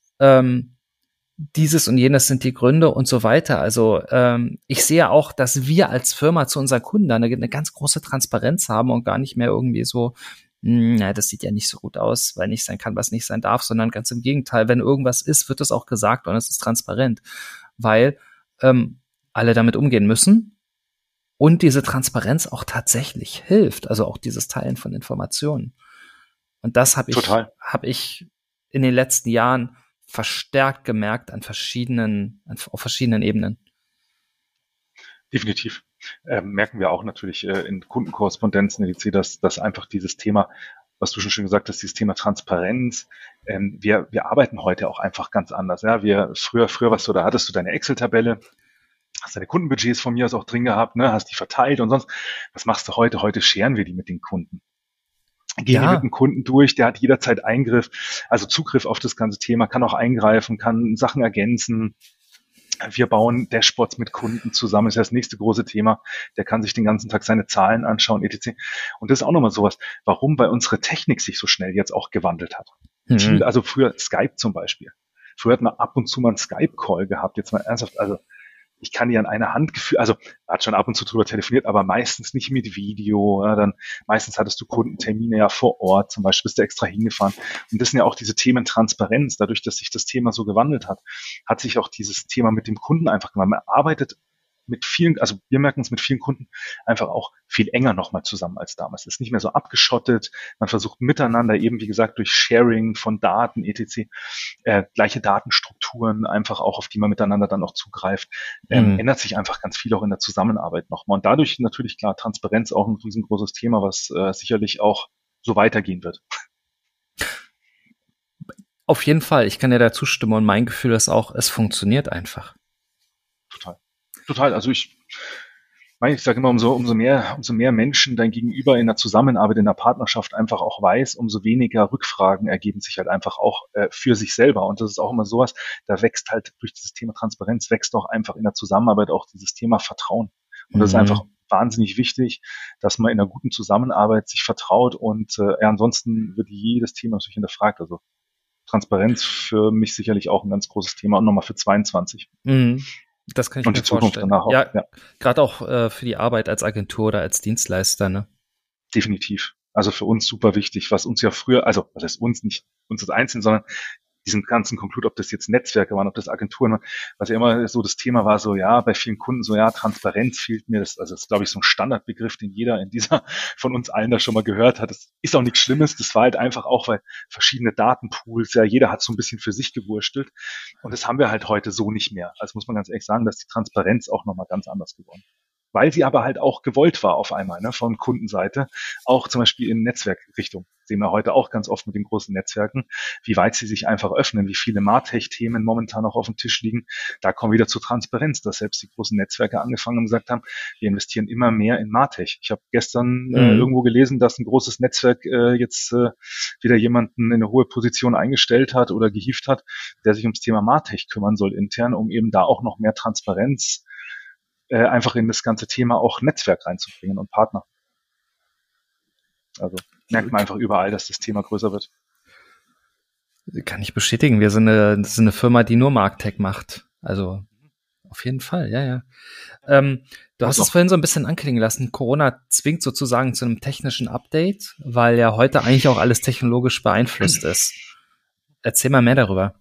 Speaker 1: dieses und jenes sind die Gründe und so weiter. Also ich sehe auch, dass wir als Firma zu unseren Kunden da eine ganz große Transparenz haben und gar nicht mehr irgendwie so, das sieht ja nicht so gut aus, weil nicht sein kann, was nicht sein darf, sondern ganz im Gegenteil, wenn irgendwas ist, wird es auch gesagt und es ist transparent, weil alle damit umgehen müssen und diese Transparenz auch tatsächlich hilft, also auch dieses Teilen von Informationen. Und das habe ich in den letzten Jahren verstärkt gemerkt auf verschiedenen Ebenen.
Speaker 2: Definitiv. Merken wir auch natürlich in Kundenkorrespondenzen, dass einfach dieses Thema, was du schon schön gesagt hast, dieses Thema Transparenz, wir arbeiten heute auch einfach ganz anders. Ja, früher warst du, da hattest du deine Excel-Tabelle, hast deine Kundenbudgets von mir aus auch drin gehabt, ne, hast die verteilt und sonst. Was machst du heute? Heute scheren wir die mit den Kunden. Gehen die mit dem Kunden durch, der hat jederzeit Zugriff auf das ganze Thema, kann auch eingreifen, kann Sachen ergänzen. Wir bauen Dashboards mit Kunden zusammen, das ist das nächste große Thema. Der kann sich den ganzen Tag seine Zahlen anschauen, etc. Und das ist auch nochmal sowas, warum bei unsere Technik sich so schnell jetzt auch gewandelt hat. Also früher Skype zum Beispiel. Früher hat man ab und zu mal einen Skype-Call gehabt, jetzt mal ernsthaft, also ich kann die an einer Hand gefühlt, also man hat schon ab und zu drüber telefoniert, aber meistens nicht mit Video. Ja, dann meistens hattest du Kundentermine ja vor Ort, zum Beispiel bist du extra hingefahren. Und das sind ja auch diese Themen Transparenz. Dadurch, dass sich das Thema so gewandelt hat, hat sich auch dieses Thema mit dem Kunden einfach gemacht. Man arbeitet mit vielen, also wir merken es mit vielen Kunden einfach auch viel enger nochmal zusammen als damals. Es ist nicht mehr so abgeschottet. Man versucht miteinander eben, wie gesagt, durch Sharing von Daten, etc., gleiche Datenstrukturen einfach auch, auf die man miteinander dann auch zugreift, ändert sich einfach ganz viel auch in der Zusammenarbeit nochmal. Und dadurch natürlich, klar, Transparenz auch ein riesengroßes Thema, was sicherlich auch so weitergehen wird.
Speaker 1: Auf jeden Fall, ich kann dir da zustimmen und mein Gefühl ist auch, es funktioniert einfach.
Speaker 2: Total. Total. Also ich sage immer, umso mehr Menschen dein Gegenüber in der Zusammenarbeit, in der Partnerschaft einfach auch weiß, umso weniger Rückfragen ergeben sich halt einfach auch für sich selber. Und das ist auch immer sowas, da wächst halt durch dieses Thema Transparenz, wächst auch einfach in der Zusammenarbeit auch dieses Thema Vertrauen. Und das ist einfach wahnsinnig wichtig, dass man in einer guten Zusammenarbeit sich vertraut und ansonsten wird jedes Thema natürlich hinterfragt. Also Transparenz für mich sicherlich auch ein ganz großes Thema und nochmal für 22.
Speaker 1: Das kann ich
Speaker 2: und
Speaker 1: mir
Speaker 2: die Zukunft
Speaker 1: vorstellen.
Speaker 2: danach auch.
Speaker 1: Ja, gerade auch für die Arbeit als Agentur oder als Dienstleister, ne?
Speaker 2: Definitiv. Also für uns super wichtig, was uns ja früher, also was heißt uns, nicht uns als Einzelnen, sondern diesen ganzen Conclude, ob das jetzt Netzwerke waren, ob das Agenturen waren, was ja immer so das Thema war, so ja, bei vielen Kunden so ja, Transparenz fehlt mir, das ist glaube ich so ein Standardbegriff, den jeder in dieser von uns allen da schon mal gehört hat. Das ist auch nichts Schlimmes, das war halt einfach auch, weil verschiedene Datenpools, ja, jeder hat so ein bisschen für sich gewurstelt und das haben wir halt heute so nicht mehr. Also muss man ganz ehrlich sagen, dass die Transparenz auch nochmal ganz anders geworden ist. Weil sie aber halt auch gewollt war auf einmal, ne, von Kundenseite, auch zum Beispiel in Netzwerkrichtung. Sehen wir heute auch ganz oft mit den großen Netzwerken, wie weit sie sich einfach öffnen, wie viele MarTech-Themen momentan auch auf dem Tisch liegen. Da kommen wir wieder zur Transparenz, dass selbst die großen Netzwerke angefangen und gesagt haben, wir investieren immer mehr in MarTech. Ich habe gestern irgendwo gelesen, dass ein großes Netzwerk jetzt wieder jemanden in eine hohe Position eingestellt hat oder gehievt hat, der sich ums Thema MarTech kümmern soll intern, um eben da auch noch mehr Transparenz einfach in das ganze Thema auch Netzwerk reinzubringen und Partner. Also merkt man einfach überall, dass das Thema größer wird.
Speaker 1: Kann ich bestätigen. Wir sind eine Firma, die nur MarTech macht. Also auf jeden Fall, ja. Du hast es vorhin so ein bisschen anklingen lassen. Corona zwingt sozusagen zu einem technischen Update, weil ja heute eigentlich auch alles technologisch beeinflusst ist. Erzähl mal mehr darüber.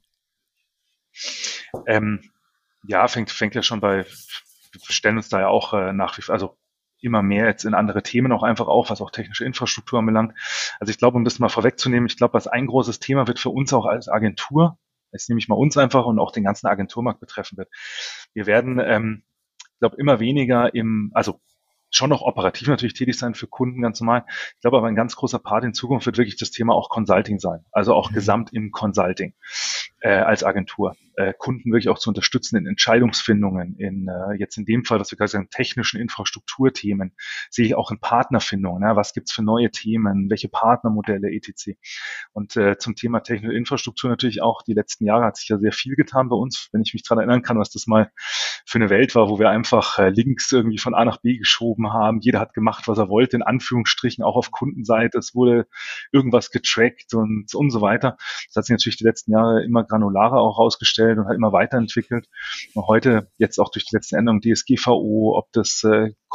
Speaker 2: Ja, fängt ja schon wir stellen uns da ja auch nach wie vor, also immer mehr jetzt in andere Themen auch einfach auf, was auch technische Infrastruktur anbelangt. Also ich glaube, um das mal vorwegzunehmen, ich glaube, was ein großes Thema wird für uns auch als Agentur, jetzt nehme ich mal uns einfach und auch den ganzen Agenturmarkt betreffen wird. Wir werden, ich glaube, immer weniger also schon noch operativ natürlich tätig sein für Kunden ganz normal. Ich glaube aber ein ganz großer Part in Zukunft wird wirklich das Thema auch Consulting sein, also auch gesamt im Consulting als Agentur. Kunden wirklich auch zu unterstützen in Entscheidungsfindungen, jetzt in dem Fall, was wir gerade sagen, technischen Infrastrukturthemen, sehe ich auch in Partnerfindungen. Ja, was gibt's für neue Themen, welche Partnermodelle etc. Und zum Thema technische Infrastruktur natürlich auch, die letzten Jahre hat sich ja sehr viel getan bei uns, wenn ich mich daran erinnern kann, was das mal für eine Welt war, wo wir einfach Links irgendwie von A nach B geschoben haben. Jeder hat gemacht, was er wollte, in Anführungsstrichen, auch auf Kundenseite. Es wurde irgendwas getrackt und so weiter. Das hat sich natürlich die letzten Jahre immer granularer auch rausgestellt und hat immer weiterentwickelt. Und heute, jetzt auch durch die letzten Änderungen DSGVO, ob das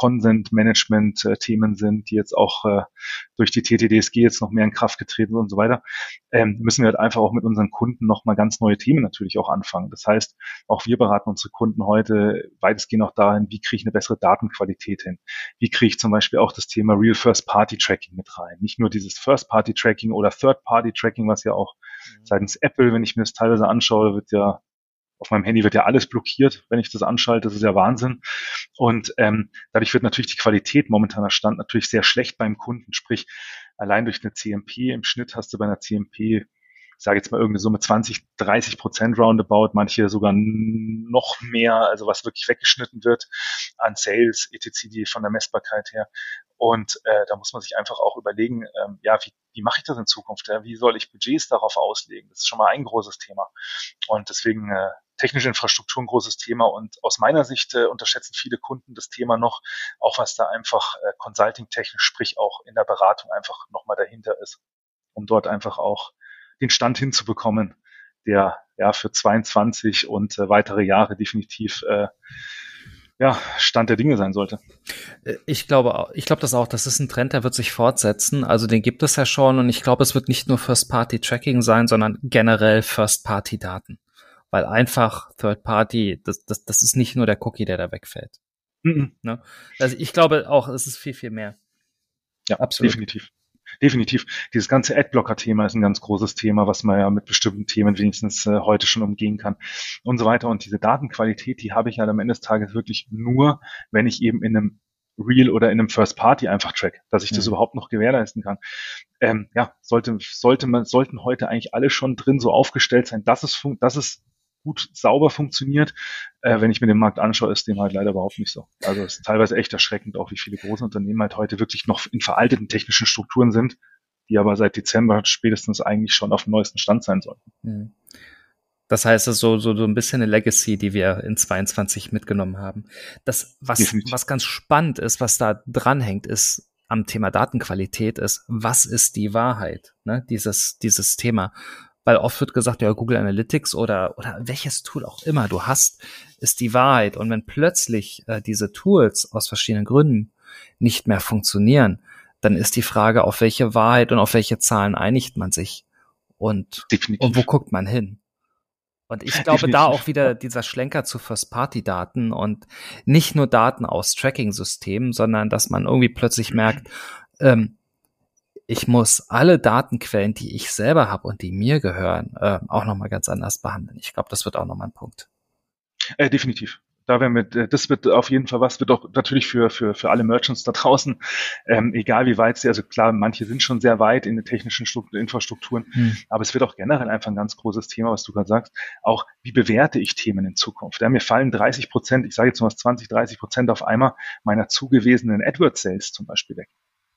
Speaker 2: Consent-Management-Themen sind, die jetzt auch durch die TTDSG jetzt noch mehr in Kraft getreten sind und so weiter, müssen wir halt einfach auch mit unseren Kunden nochmal ganz neue Themen natürlich auch anfangen. Das heißt, auch wir beraten unsere Kunden heute weitestgehend auch dahin, wie kriege ich eine bessere Datenqualität hin? Wie kriege ich zum Beispiel auch das Thema Real First-Party-Tracking mit rein? Nicht nur dieses First-Party-Tracking oder Third-Party-Tracking, was ja auch seitens Apple, wenn ich mir das teilweise anschaue, auf meinem Handy wird ja alles blockiert, wenn ich das anschalte. Das ist ja Wahnsinn. Und dadurch wird natürlich die Qualität momentaner Stand natürlich sehr schlecht beim Kunden. Sprich, allein durch eine CMP, im Schnitt hast du bei einer CMP, ich sage jetzt mal irgendeine Summe 20-30% roundabout, manche sogar noch mehr, also was wirklich weggeschnitten wird an Sales, etc., die von der Messbarkeit her. Und da muss man sich einfach auch überlegen, wie mache ich das in Zukunft? Ja? Wie soll ich Budgets darauf auslegen? Das ist schon mal ein großes Thema. Und deswegen technische Infrastruktur ein großes Thema. Und aus meiner Sicht unterschätzen viele Kunden das Thema noch, auch was da einfach consulting-technisch, sprich auch in der Beratung einfach nochmal dahinter ist, um dort einfach auch den Stand hinzubekommen, der ja für 22 und weitere Jahre definitiv Stand der Dinge sein sollte.
Speaker 1: Ich glaube das auch. Das ist ein Trend, der wird sich fortsetzen. Also den gibt es ja schon und ich glaube, es wird nicht nur First-Party-Tracking sein, sondern generell First-Party-Daten. Weil einfach Third-Party, das ist nicht nur der Cookie, der da wegfällt. Ne? Also ich glaube auch, es ist viel, viel mehr.
Speaker 2: Ja, absolut. Definitiv. Dieses ganze Adblocker-Thema ist ein ganz großes Thema, was man ja mit bestimmten Themen wenigstens heute schon umgehen kann und so weiter. Und diese Datenqualität, die habe ich ja am Ende des Tages wirklich nur, wenn ich eben in einem Real oder in einem First Party einfach track, dass ich das überhaupt noch gewährleisten kann. Sollten heute eigentlich alle schon drin so aufgestellt sein, dass es gut sauber funktioniert. Wenn ich mir den Markt anschaue, ist dem halt leider überhaupt nicht so. Also es ist teilweise echt erschreckend, auch wie viele große Unternehmen halt heute wirklich noch in veralteten technischen Strukturen sind, die aber seit Dezember spätestens eigentlich schon auf dem neuesten Stand sein sollten.
Speaker 1: Das heißt, es ist so ein bisschen eine Legacy, die wir in 22 mitgenommen haben. Was ganz spannend ist, was da dranhängt, ist am Thema Datenqualität ist, was ist die Wahrheit? Ne? Dieses Thema. Weil oft wird gesagt, ja, Google Analytics oder welches Tool auch immer du hast, ist die Wahrheit. Und wenn plötzlich diese Tools aus verschiedenen Gründen nicht mehr funktionieren, dann ist die Frage, auf welche Wahrheit und auf welche Zahlen einigt man sich? Und wo guckt man hin? Und ich glaube, da auch wieder dieser Schlenker zu First-Party-Daten und nicht nur Daten aus Tracking-Systemen, sondern dass man irgendwie plötzlich merkt, ich muss alle Datenquellen, die ich selber habe und die mir gehören, auch nochmal ganz anders behandeln. Ich glaube, das wird auch nochmal ein Punkt.
Speaker 2: Definitiv. Das wird auf jeden Fall wird auch natürlich für alle Merchants da draußen, egal wie weit sie, also klar, manche sind schon sehr weit in den technischen Infrastrukturen, aber es wird auch generell einfach ein ganz großes Thema, was du gerade sagst, auch wie bewerte ich Themen in Zukunft. Mir fallen 30%, ich sage jetzt mal 20-30% auf einmal meiner zugewesenen AdWords-Sales zum Beispiel weg.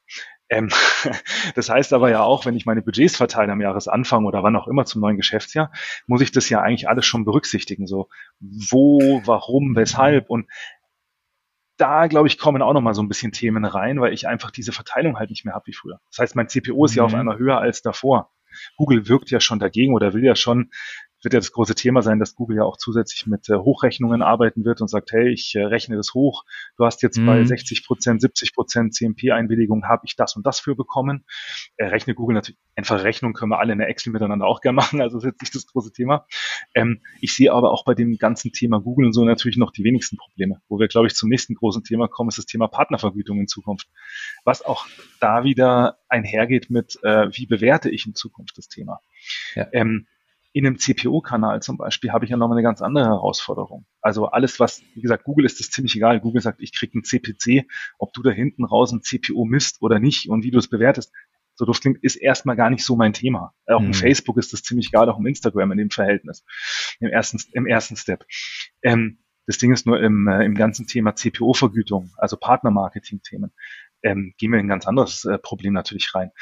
Speaker 2: Das heißt aber ja auch, wenn ich meine Budgets verteile am Jahresanfang oder wann auch immer zum neuen Geschäftsjahr, muss ich das ja eigentlich alles schon berücksichtigen. So, wo, warum, weshalb. Und da, glaube ich, kommen auch nochmal so ein bisschen Themen rein, weil ich einfach diese Verteilung halt nicht mehr habe wie früher. Das heißt, mein CPO ist ja auf einmal höher als davor. Google wirkt ja schon dagegen oder wird ja das große Thema sein, dass Google ja auch zusätzlich mit Hochrechnungen arbeiten wird und sagt, hey, ich rechne das hoch. Du hast jetzt bei 60%, 70% CMP-Einwilligung, habe ich das und das für bekommen. Rechne Google natürlich, einfache Rechnung können wir alle in der Excel miteinander auch gerne machen, also ist jetzt nicht das große Thema. Ich sehe aber auch bei dem ganzen Thema Google und so natürlich noch die wenigsten Probleme. Wo wir, glaube ich, zum nächsten großen Thema kommen, ist das Thema Partnervergütung in Zukunft. Was auch da wieder einhergeht mit, wie bewerte ich in Zukunft das Thema. Ja. In einem CPO-Kanal zum Beispiel habe ich ja nochmal eine ganz andere Herausforderung. Also alles, wie gesagt, Google ist das ziemlich egal. Google sagt, ich kriege einen CPC, ob du da hinten raus ein CPO misst oder nicht und wie du es bewertest. So doof klingt, ist erstmal gar nicht so mein Thema. Auch im Facebook ist das ziemlich egal, auch im Instagram in dem Verhältnis, im ersten Step. Das Ding ist nur im ganzen Thema CPO-Vergütung, also Partnermarketing-Themen, gehen wir in ein ganz anderes Problem natürlich rein.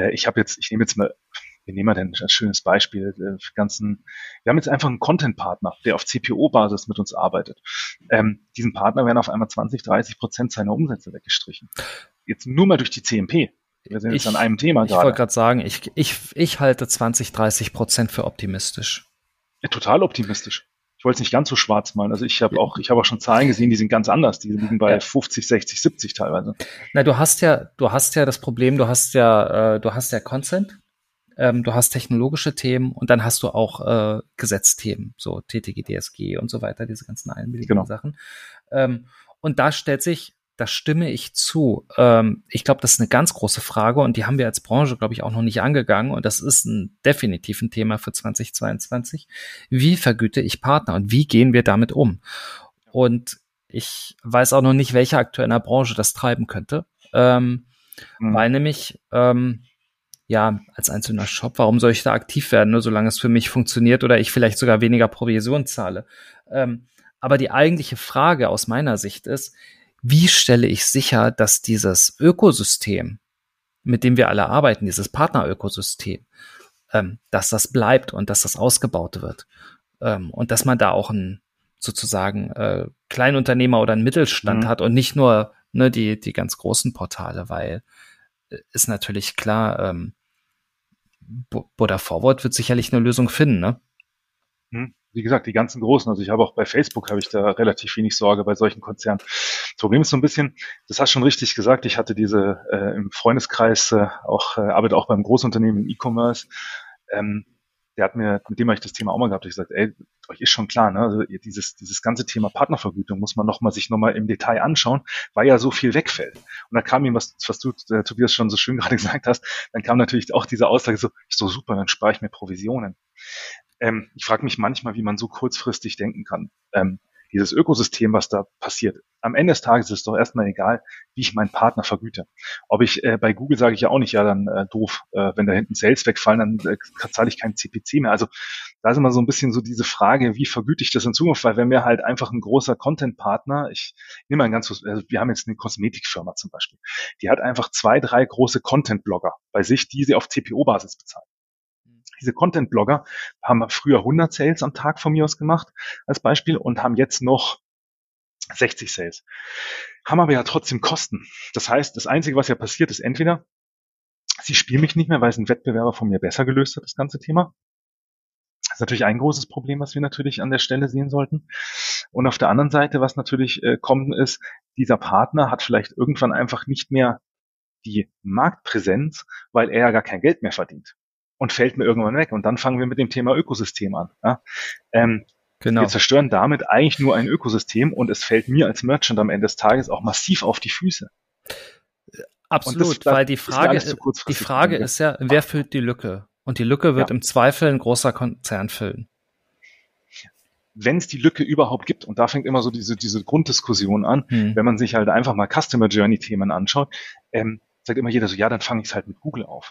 Speaker 2: Wir nehmen denn ein schönes Beispiel. Wir haben jetzt einfach einen Content-Partner, der auf CPO-Basis mit uns arbeitet. Diesen Partner werden auf einmal 20-30% seiner Umsätze weggestrichen. Jetzt nur mal durch die CMP. Wir sind jetzt an einem Thema gerade.
Speaker 1: Ich wollte gerade sagen, ich halte 20-30% für optimistisch.
Speaker 2: Ja, total optimistisch. Ich wollte es nicht ganz so schwarz malen. Also ich habe auch schon Zahlen gesehen, die sind ganz anders. Die liegen bei 50, 60, 70 teilweise.
Speaker 1: Na, du hast ja das Problem, du hast ja Consent. Du hast technologische Themen und dann hast du auch Gesetzthemen, so TTG, DSG und so weiter, diese ganzen einwilligen Sachen. Und da stimme ich zu. Ich glaube, das ist eine ganz große Frage und die haben wir als Branche, glaube ich, auch noch nicht angegangen und das ist definitiv ein Thema für 2022. Wie vergüte ich Partner und wie gehen wir damit um? Und ich weiß auch noch nicht, welcher Akteur in der Branche das treiben könnte, weil nämlich als einzelner Shop, warum soll ich da aktiv werden, nur solange es für mich funktioniert oder ich vielleicht sogar weniger Provision zahle. Aber die eigentliche Frage aus meiner Sicht ist, wie stelle ich sicher, dass dieses Ökosystem, mit dem wir alle arbeiten, dieses Partnerökosystem, dass das bleibt und dass das ausgebaut wird. Und dass man da auch einen sozusagen Kleinunternehmer oder einen Mittelstand hat und nicht nur die ganz großen Portale, weil ist natürlich klar, Buddha Forward wird sicherlich eine Lösung finden, ne?
Speaker 2: Wie gesagt, die ganzen Großen, also ich habe auch bei Facebook habe ich da relativ wenig Sorge bei solchen Konzernen. Das Problem ist so ein bisschen, das hast du schon richtig gesagt, ich hatte diese im Freundeskreis arbeite auch beim Großunternehmen im E-Commerce. Ähm, mit dem habe ich das Thema auch mal gehabt. Ich gesagt, ey, euch ist schon klar, ne? Also dieses ganze Thema Partnervergütung muss man sich nochmal im Detail anschauen, weil ja so viel wegfällt. Und da kam ihm was du, Tobias, schon so schön gerade gesagt hast, dann kam natürlich auch diese Aussage so super, dann spare ich mir Provisionen. Ich frage mich manchmal, wie man so kurzfristig denken kann. Dieses Ökosystem, was da passiert. Am Ende des Tages ist es doch erstmal egal, wie ich meinen Partner vergüte. Ob ich bei Google sage ich ja auch nicht, ja dann doof, wenn da hinten Sales wegfallen, dann zahle ich keinen CPC mehr. Also da ist immer so ein bisschen so diese Frage, wie vergüte ich das in Zukunft? Weil wenn mir halt einfach ein großer Content-Partner, ich nehme mal ein ganz, also wir haben jetzt eine Kosmetikfirma zum Beispiel, die hat einfach 2, 3 große Content-Blogger bei sich, die sie auf CPO-Basis bezahlen. Diese Content-Blogger haben früher 100 Sales am Tag von mir aus gemacht, als Beispiel, und haben jetzt noch 60 Sales. Haben aber ja trotzdem Kosten. Das heißt, das Einzige, was ja passiert, ist entweder, sie spielen mich nicht mehr, weil es ein Wettbewerber von mir besser gelöst hat, das ganze Thema. Das ist natürlich ein großes Problem, was wir natürlich an der Stelle sehen sollten. Und auf der anderen Seite, was natürlich kommt, ist, dieser Partner hat vielleicht irgendwann einfach nicht mehr die Marktpräsenz, weil er ja gar kein Geld mehr verdient und fällt mir irgendwann weg. Und dann fangen wir mit dem Thema Ökosystem an. Ja?
Speaker 1: Genau.
Speaker 2: Wir zerstören damit eigentlich nur ein Ökosystem und es fällt mir als Merchant am Ende des Tages auch massiv auf die Füße.
Speaker 1: Absolut, weil die Frage ist ja, wer füllt die Lücke? Und die Lücke wird im Zweifel ein großer Konzern füllen.
Speaker 2: Wenn es die Lücke überhaupt gibt, und da fängt immer so diese Grunddiskussion an, wenn man sich halt einfach mal Customer Journey Themen anschaut, sagt immer jeder so, ja, dann fange ich es halt mit Google auf.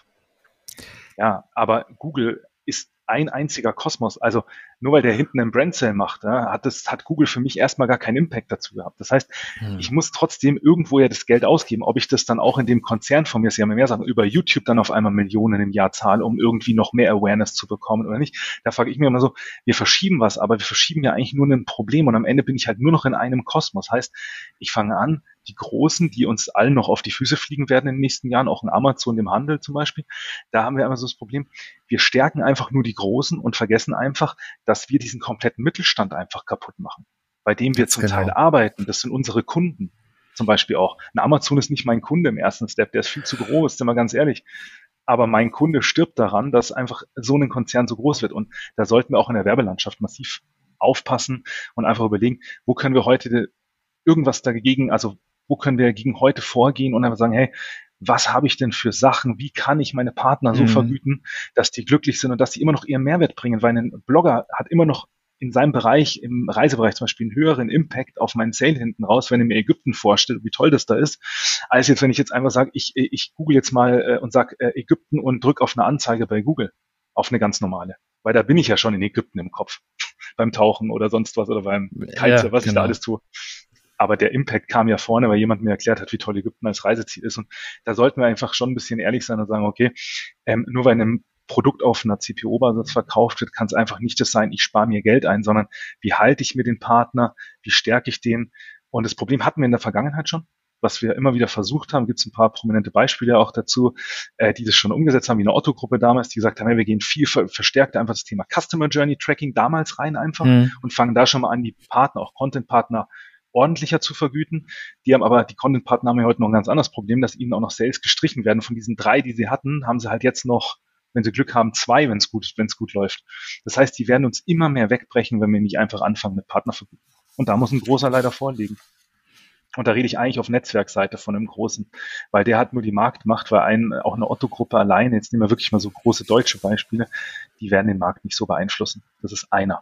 Speaker 2: Ja, aber Google ist ein einziger Kosmos. Also nur weil der hinten einen Brand Sale macht, ja, hat Google für mich erstmal gar keinen Impact dazu gehabt. Das heißt, ich muss trotzdem irgendwo ja das Geld ausgeben. Ob ich das dann auch in dem Konzern von mir, Sie haben ja mehr Sachen, über YouTube dann auf einmal Millionen im Jahr zahle, um irgendwie noch mehr Awareness zu bekommen oder nicht. Da frage ich mir immer so, wir verschieben was, aber wir verschieben ja eigentlich nur ein Problem und am Ende bin ich halt nur noch in einem Kosmos. Heißt, ich fange an, die Großen, die uns allen noch auf die Füße fliegen werden in den nächsten Jahren, auch in Amazon, im Handel zum Beispiel, da haben wir immer so das Problem, wir stärken einfach nur die Großen und vergessen einfach, dass wir diesen kompletten Mittelstand einfach kaputt machen, bei dem wir zum Teil arbeiten. Das sind unsere Kunden zum Beispiel auch. Ein Amazon ist nicht mein Kunde im ersten Step, der ist viel zu groß, sind wir ganz ehrlich. Aber mein Kunde stirbt daran, dass einfach so ein Konzern so groß wird. Und da sollten wir auch in der Werbelandschaft massiv aufpassen und einfach überlegen, wo können wir heute irgendwas dagegen, also wo können wir gegen heute vorgehen und einfach sagen, hey, was habe ich denn für Sachen? Wie kann ich meine Partner so vergüten, dass die glücklich sind und dass sie immer noch ihren Mehrwert bringen? Weil ein Blogger hat immer noch in seinem Bereich, im Reisebereich zum Beispiel, einen höheren Impact auf meinen Sale hinten raus, wenn er mir Ägypten vorstellt, wie toll das da ist, als jetzt, wenn ich jetzt einfach sage, ich google jetzt mal und sage Ägypten und drücke auf eine Anzeige bei Google, auf eine ganz normale. Weil da bin ich ja schon in Ägypten im Kopf, beim Tauchen oder sonst was oder beim Kitesurf, was ich da alles tue. Aber der Impact kam ja vorne, weil jemand mir erklärt hat, wie toll Ägypten als Reiseziel ist. Und da sollten wir einfach schon ein bisschen ehrlich sein und sagen, okay, nur weil ein Produkt auf einer CPO-Basis verkauft wird, kann es einfach nicht das sein, ich spare mir Geld ein, sondern wie halte ich mir den Partner, wie stärke ich den? Und das Problem hatten wir in der Vergangenheit schon, was wir immer wieder versucht haben, gibt es ein paar prominente Beispiele auch dazu, die das schon umgesetzt haben, wie eine Otto-Gruppe damals, die gesagt haben, hey, wir gehen viel verstärkt einfach das Thema Customer Journey Tracking damals rein einfach und fangen da schon mal an, die Partner, auch Content-Partner, ordentlicher zu vergüten. Die Content-Partner haben ja heute noch ein ganz anderes Problem, dass ihnen auch noch Sales gestrichen werden. Von diesen 3, die sie hatten, haben sie halt jetzt noch, wenn sie Glück haben, 2, wenn es gut läuft. Das heißt, die werden uns immer mehr wegbrechen, wenn wir nicht einfach anfangen mit Partnervergütung. Und da muss ein großer leider vorliegen. Und da rede ich eigentlich auf Netzwerkseite von einem Großen, weil der hat nur die Marktmacht, weil auch eine Otto-Gruppe alleine, jetzt nehmen wir wirklich mal so große deutsche Beispiele, die werden den Markt nicht so beeinflussen. Das ist einer.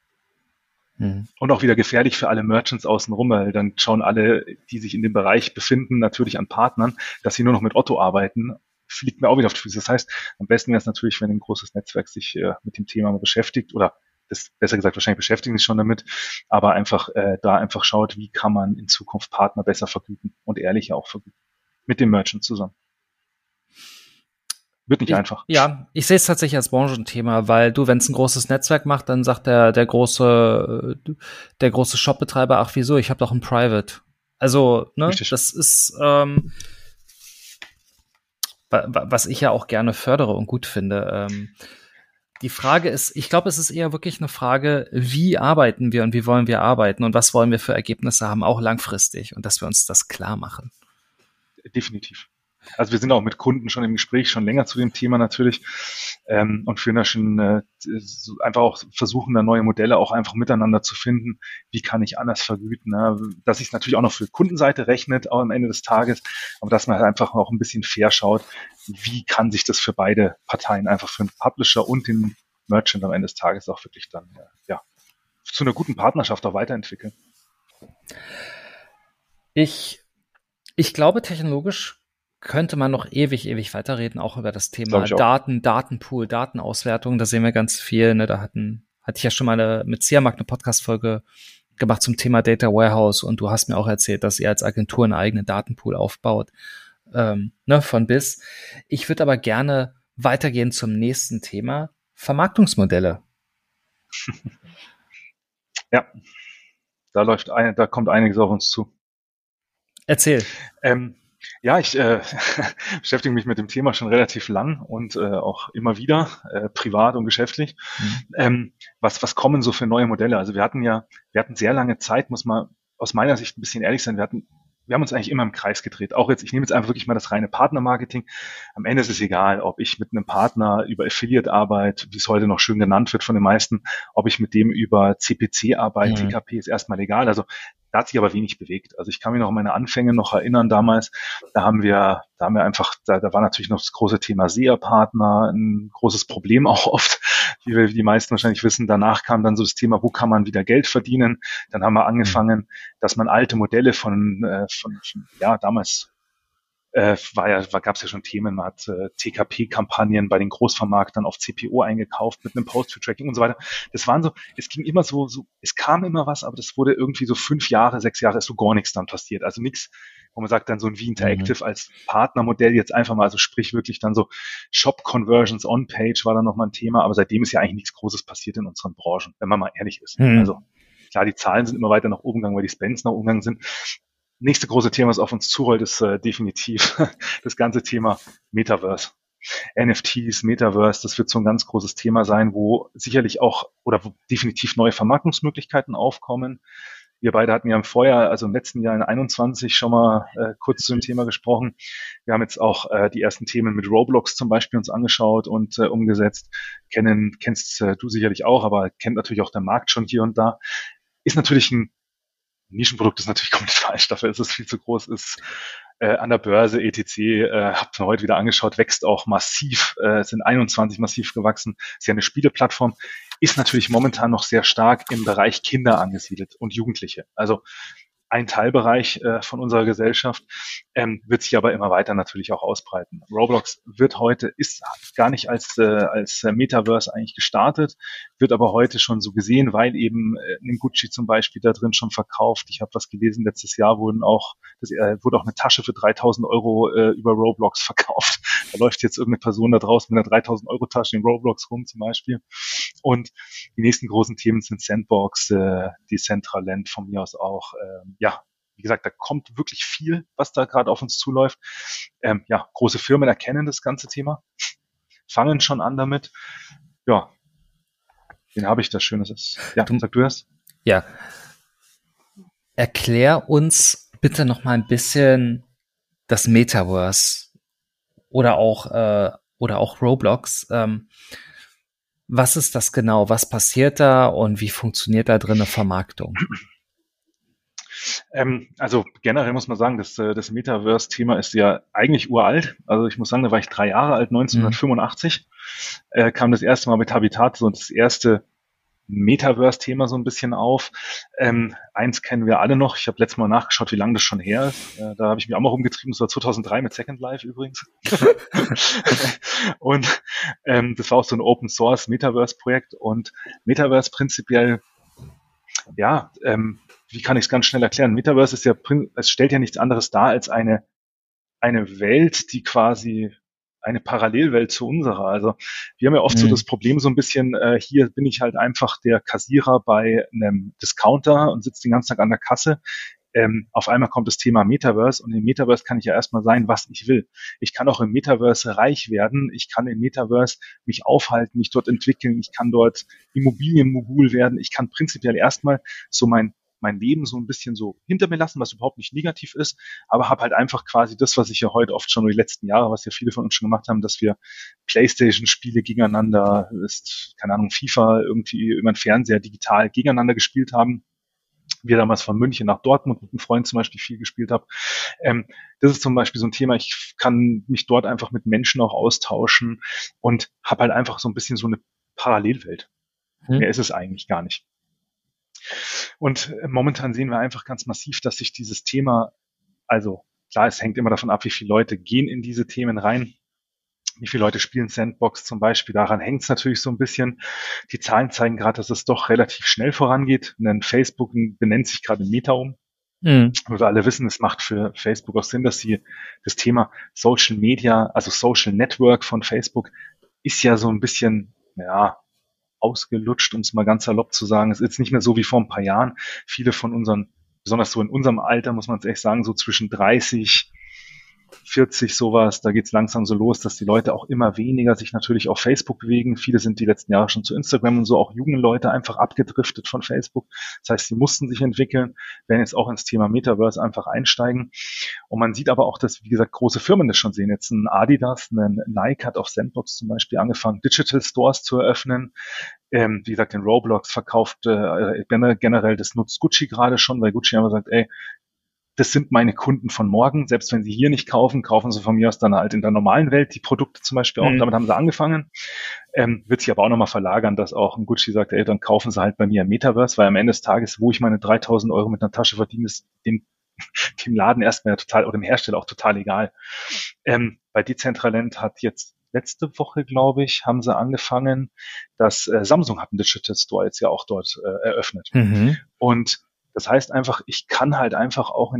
Speaker 2: Und auch wieder gefährlich für alle Merchants außenrum, weil dann schauen alle, die sich in dem Bereich befinden, natürlich an Partnern, dass sie nur noch mit Otto arbeiten, fliegt mir auch wieder auf die Füße. Das heißt, am besten wäre es natürlich, wenn ein großes Netzwerk sich mit dem Thema beschäftigt oder das, besser gesagt, wahrscheinlich beschäftigen sich schon damit, aber einfach da einfach schaut, wie kann man in Zukunft Partner besser vergüten und ehrlicher auch vergüten. Mit dem Merchant zusammen. Wird nicht einfach.
Speaker 1: Ja, ich sehe es tatsächlich als Branchenthema, weil wenn es ein großes Netzwerk macht, dann sagt der große Shopbetreiber, ach wieso, ich habe doch ein Private. Also, ne, richtig. Das ist was ich ja auch gerne fördere und gut finde. Die Frage ist, ich glaube, es ist eher wirklich eine Frage, wie arbeiten wir und wie wollen wir arbeiten und was wollen wir für Ergebnisse haben, auch langfristig, und dass wir uns das klar machen.
Speaker 2: Definitiv. Also wir sind auch mit Kunden schon im Gespräch, schon länger zu dem Thema natürlich, und führen da schon einfach auch versuchen, da neue Modelle auch einfach miteinander zu finden. Wie kann ich anders vergüten? Ne? Dass sich natürlich auch noch für Kundenseite rechnet, auch am Ende des Tages, aber dass man halt einfach auch ein bisschen fair schaut, wie kann sich das für beide Parteien, einfach für den Publisher und den Merchant am Ende des Tages auch wirklich dann zu einer guten Partnerschaft auch weiterentwickeln.
Speaker 1: Ich glaube, technologisch könnte man noch ewig weiterreden, auch über das Thema Daten, Datenpool, Datenauswertung. Da sehen wir ganz viel. Ne? Da hatte ich ja schon mal mit Siamak eine Podcast-Folge gemacht zum Thema Data Warehouse, und du hast mir auch erzählt, dass ihr als Agentur einen eigenen Datenpool aufbaut, von bis. Ich würde aber gerne weitergehen zum nächsten Thema, Vermarktungsmodelle.
Speaker 2: Ja, da kommt einiges auf uns zu.
Speaker 1: Erzähl.
Speaker 2: Ich beschäftige mich mit dem Thema schon relativ lang und auch immer wieder, privat und geschäftlich. Was kommen so für neue Modelle? Also wir hatten sehr lange Zeit, muss man aus meiner Sicht ein bisschen ehrlich sein, wir haben uns eigentlich immer im Kreis gedreht. Auch ich nehme jetzt einfach wirklich mal das reine Partnermarketing. Am Ende ist es egal, ob ich mit einem Partner über Affiliate arbeite, wie es heute noch schön genannt wird von den meisten, ob ich mit dem über CPC arbeite, TKP ist erstmal egal. Also da hat sich aber wenig bewegt. Also ich kann mich noch an meine Anfänge noch erinnern damals. Da war natürlich noch das große Thema SEA-Partner, ein großes Problem auch oft, wie die meisten wahrscheinlich wissen. Danach kam dann so das Thema, wo kann man wieder Geld verdienen? Dann haben wir angefangen, dass man alte Modelle damals gab es ja schon Themen, man hat TKP-Kampagnen bei den Großvermarktern auf CPO eingekauft mit einem Post-to-Tracking und so weiter. Das waren es ging immer so, es kam immer was, aber das wurde irgendwie so 5 Jahre, 6 Jahre ist so gar nichts dann passiert. Also nichts, wo man sagt dann so ein wie Interactive als Partnermodell jetzt einfach mal, also sprich wirklich dann so Shop-Conversions on-Page war dann nochmal ein Thema, aber seitdem ist ja eigentlich nichts Großes passiert in unseren Branchen, wenn man mal ehrlich ist. Also klar, die Zahlen sind immer weiter nach oben gegangen, weil die Spends nach oben gegangen sind. Nächste große Thema, was auf uns zurollt, ist definitiv das ganze Thema Metaverse. NFTs, Metaverse, das wird so ein ganz großes Thema sein, wo sicherlich auch oder wo definitiv neue Vermarktungsmöglichkeiten aufkommen. Wir beide hatten ja im letzten Jahr in 21 schon mal kurz zu dem Thema gesprochen. Wir haben jetzt auch die ersten Themen mit Roblox zum Beispiel uns angeschaut und umgesetzt. Kennst du sicherlich auch, aber kennt natürlich auch der Markt schon hier und da. Ist natürlich ein Nischenprodukt, ist natürlich komplett falsch, dafür ist es viel zu groß, ist an der Börse, etc., habt ihr heute wieder angeschaut, wächst auch massiv, sind 21 massiv gewachsen, ist ja eine Spieleplattform, ist natürlich momentan noch sehr stark im Bereich Kinder angesiedelt und Jugendliche. Also ein Teilbereich von unserer Gesellschaft, wird sich aber immer weiter natürlich auch ausbreiten. Roblox ist gar nicht als Metaverse eigentlich gestartet, wird aber heute schon so gesehen, weil eben ein Gucci zum Beispiel da drin schon verkauft. Ich habe was gelesen, letztes Jahr wurde auch eine Tasche für 3.000 Euro über Roblox verkauft. Da läuft jetzt irgendeine Person da draußen mit einer 3.000 Euro Tasche in Roblox rum zum Beispiel. Und die nächsten großen Themen sind Sandbox, Decentraland von mir aus auch. Wie gesagt, da kommt wirklich viel, was da gerade auf uns zuläuft. Große Firmen erkennen das ganze Thema, fangen schon an damit. Ja, wen habe ich da Schönes? Ja, sag du das?
Speaker 1: Ja. Erklär uns bitte noch mal ein bisschen das Metaverse oder auch Roblox. Was ist das genau? Was passiert da und wie funktioniert da drin eine Vermarktung?
Speaker 2: Also generell muss man sagen, das Metaverse-Thema ist ja eigentlich uralt. Also ich muss sagen, da war ich 3 Jahre alt, 1985 kam das erste Mal mit Habitat so das erste Metaverse-Thema so ein bisschen auf. Eins kennen wir alle noch. Ich habe letztes Mal nachgeschaut, wie lange das schon her ist. Da habe ich mich auch mal rumgetrieben. Das war 2003 mit Second Life übrigens. Und das war auch so ein Open-Source Metaverse-Projekt. Und Metaverse prinzipiell, wie kann ich es ganz schnell erklären? Metaverse es stellt ja nichts anderes dar als eine Welt, die quasi eine Parallelwelt zu unserer. Also wir haben ja oft so das Problem so ein bisschen, hier bin ich halt einfach der Kassierer bei einem Discounter und sitze den ganzen Tag an der Kasse. Auf einmal kommt das Thema Metaverse und im Metaverse kann ich ja erstmal sein, was ich will. Ich kann auch im Metaverse reich werden. Ich kann im Metaverse mich aufhalten, mich dort entwickeln. Ich kann dort Immobilienmogul werden. Ich kann prinzipiell erstmal so mein Leben so ein bisschen so hinter mir lassen, was überhaupt nicht negativ ist, aber habe halt einfach quasi das, was ich ja heute oft schon die letzten Jahre, was ja viele von uns schon gemacht haben, dass wir PlayStation-Spiele gegeneinander, ist, keine Ahnung, FIFA irgendwie über den Fernseher digital gegeneinander gespielt haben. Wir damals von München nach Dortmund mit einem Freund zum Beispiel viel gespielt habe. Das ist zum Beispiel so ein Thema, ich kann mich dort einfach mit Menschen auch austauschen und habe halt einfach so ein bisschen so eine Parallelwelt. Mehr ist es eigentlich gar nicht. Und momentan sehen wir einfach ganz massiv, dass sich dieses Thema, also klar, es hängt immer davon ab, wie viele Leute gehen in diese Themen rein, wie viele Leute spielen Sandbox zum Beispiel. Daran hängt es natürlich so ein bisschen. Die Zahlen zeigen gerade, dass es doch relativ schnell vorangeht. Denn Facebook benennt sich gerade Meta um. Und wir alle wissen, es macht für Facebook auch Sinn, dass sie das Thema Social Media, also Social Network von Facebook, ist ja so ein bisschen, ja, ausgelutscht, um es mal ganz salopp zu sagen. Es ist jetzt nicht mehr so wie vor ein paar Jahren. Viele von unseren, besonders so in unserem Alter, muss man es echt sagen, so zwischen 30, 40 sowas, da geht's langsam so los, dass die Leute auch immer weniger sich natürlich auf Facebook bewegen. Viele sind die letzten Jahre schon zu Instagram und so, auch junge Leute einfach abgedriftet von Facebook. Das heißt, sie mussten sich entwickeln, werden jetzt auch ins Thema Metaverse einfach einsteigen. Und man sieht aber auch, dass, wie gesagt, große Firmen das schon sehen. Jetzt ein Adidas, ein Nike hat auf Sandbox zum Beispiel angefangen, Digital Stores zu eröffnen. Wie gesagt, den Roblox verkauft generell, das nutzt Gucci gerade schon, weil Gucci einfach sagt, ey, das sind meine Kunden von morgen. Selbst wenn sie hier nicht kaufen, kaufen sie von mir aus dann halt in der normalen Welt die Produkte zum Beispiel auch. Damit haben sie angefangen. Wird sich aber auch nochmal verlagern, dass auch ein Gucci sagt, ey, dann kaufen sie halt bei mir im Metaverse, weil am Ende des Tages, wo ich meine 3.000 Euro mit einer Tasche verdiene, ist dem Laden erstmal total, oder dem Hersteller auch total egal. Bei Decentraland hat jetzt letzte Woche, glaube ich, haben sie angefangen, dass Samsung hat einen Digital Store jetzt ja auch dort eröffnet. Und das heißt einfach, ich kann halt einfach auch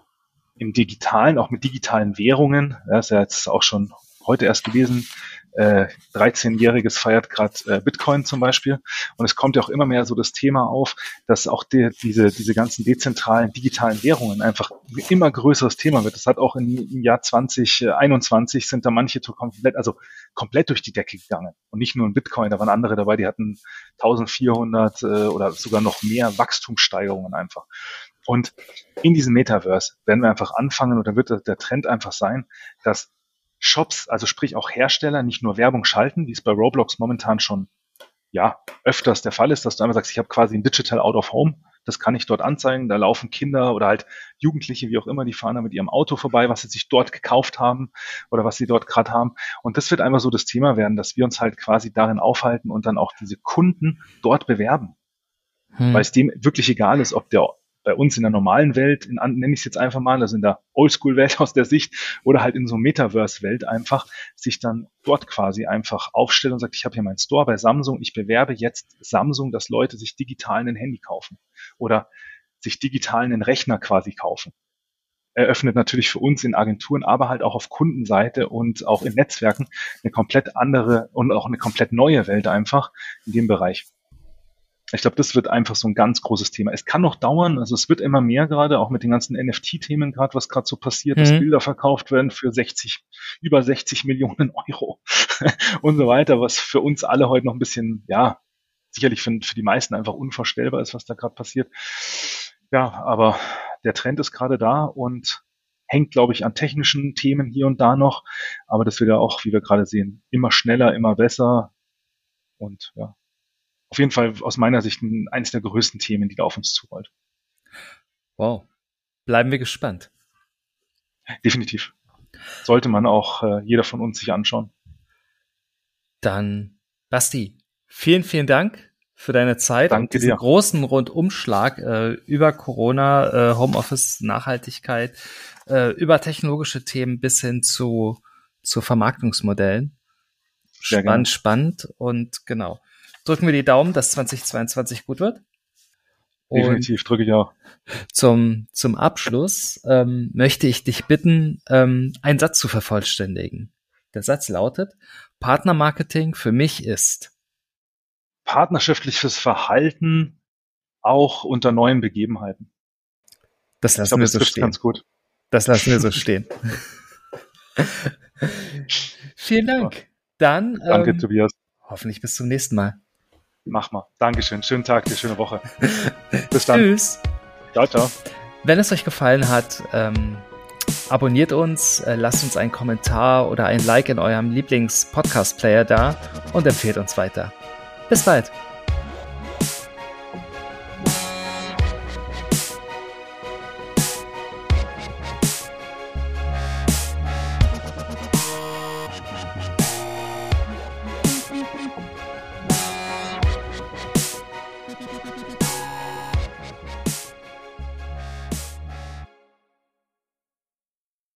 Speaker 2: im Digitalen, auch mit digitalen Währungen, ja, ist ja jetzt auch schon heute erst gewesen, 13-Jähriges feiert gerade Bitcoin zum Beispiel. Und es kommt ja auch immer mehr so das Thema auf, dass auch diese ganzen dezentralen digitalen Währungen einfach ein immer größeres Thema wird. Das hat auch im Jahr 2021 sind da manche komplett durch die Decke gegangen. Und nicht nur in Bitcoin, da waren andere dabei, die hatten 1400 oder sogar noch mehr Wachstumssteigerungen einfach. Und in diesem Metaverse werden wir einfach anfangen, oder wird der Trend einfach sein, dass Shops, also sprich auch Hersteller, nicht nur Werbung schalten, wie es bei Roblox momentan schon öfters der Fall ist, dass du einfach sagst, ich habe quasi ein Digital Out of Home, das kann ich dort anzeigen, da laufen Kinder oder halt Jugendliche, wie auch immer, die fahren da mit ihrem Auto vorbei, was sie sich dort gekauft haben oder was sie dort gerade haben. Und das wird einfach so das Thema werden, dass wir uns halt quasi darin aufhalten und dann auch diese Kunden dort bewerben. Weil es dem wirklich egal ist, ob der bei uns in der normalen Welt, nenne ich es jetzt einfach mal, also in der Oldschool-Welt aus der Sicht oder halt in so Metaverse-Welt einfach, sich dann dort quasi einfach aufstellt und sagt, ich habe hier meinen Store bei Samsung, ich bewerbe jetzt Samsung, dass Leute sich digital ein Handy kaufen oder sich digital einen Rechner quasi kaufen. Eröffnet natürlich für uns in Agenturen, aber halt auch auf Kundenseite und auch in Netzwerken eine komplett andere und auch eine komplett neue Welt einfach in dem Bereich. Ich glaube, das wird einfach so ein ganz großes Thema. Es kann noch dauern, also es wird immer mehr gerade, auch mit den ganzen NFT-Themen gerade, was gerade so passiert, dass Bilder verkauft werden für über 60 Millionen Euro und so weiter, was für uns alle heute noch ein bisschen, sicherlich für die meisten einfach unvorstellbar ist, was da gerade passiert. Ja, aber der Trend ist gerade da und hängt, glaube ich, an technischen Themen hier und da noch, aber das wird ja auch, wie wir gerade sehen, immer schneller, immer besser und ja. Auf jeden Fall aus meiner Sicht eines der größten Themen, die da auf uns zurollt.
Speaker 1: Wow. Bleiben wir gespannt.
Speaker 2: Definitiv. Sollte man auch jeder von uns sich anschauen.
Speaker 1: Dann, Basti, vielen, vielen Dank für deine Zeit und diesen großen Rundumschlag über Corona, Homeoffice, Nachhaltigkeit, über technologische Themen bis hin zu Vermarktungsmodellen. Spannend und genau. Drücken wir die Daumen, dass 2022 gut wird.
Speaker 2: Definitiv, drücke ich auch.
Speaker 1: Zum Abschluss möchte ich dich bitten, einen Satz zu vervollständigen. Der Satz lautet, Partnermarketing für mich ist
Speaker 2: partnerschaftliches Verhalten auch unter neuen Begebenheiten.
Speaker 1: Das lassen wir so stehen.
Speaker 2: Ganz gut.
Speaker 1: Das lassen wir so stehen. Vielen Dank. Dann
Speaker 2: danke, Tobias.
Speaker 1: Hoffentlich bis zum nächsten Mal.
Speaker 2: Mach mal. Dankeschön. Schönen Tag dir, schöne Woche. Bis dann.
Speaker 1: Tschüss.
Speaker 2: Ciao, ciao.
Speaker 1: Wenn es euch gefallen hat, abonniert uns, lasst uns einen Kommentar oder ein Like in eurem Lieblings-Podcast-Player da und empfehlt uns weiter. Bis bald.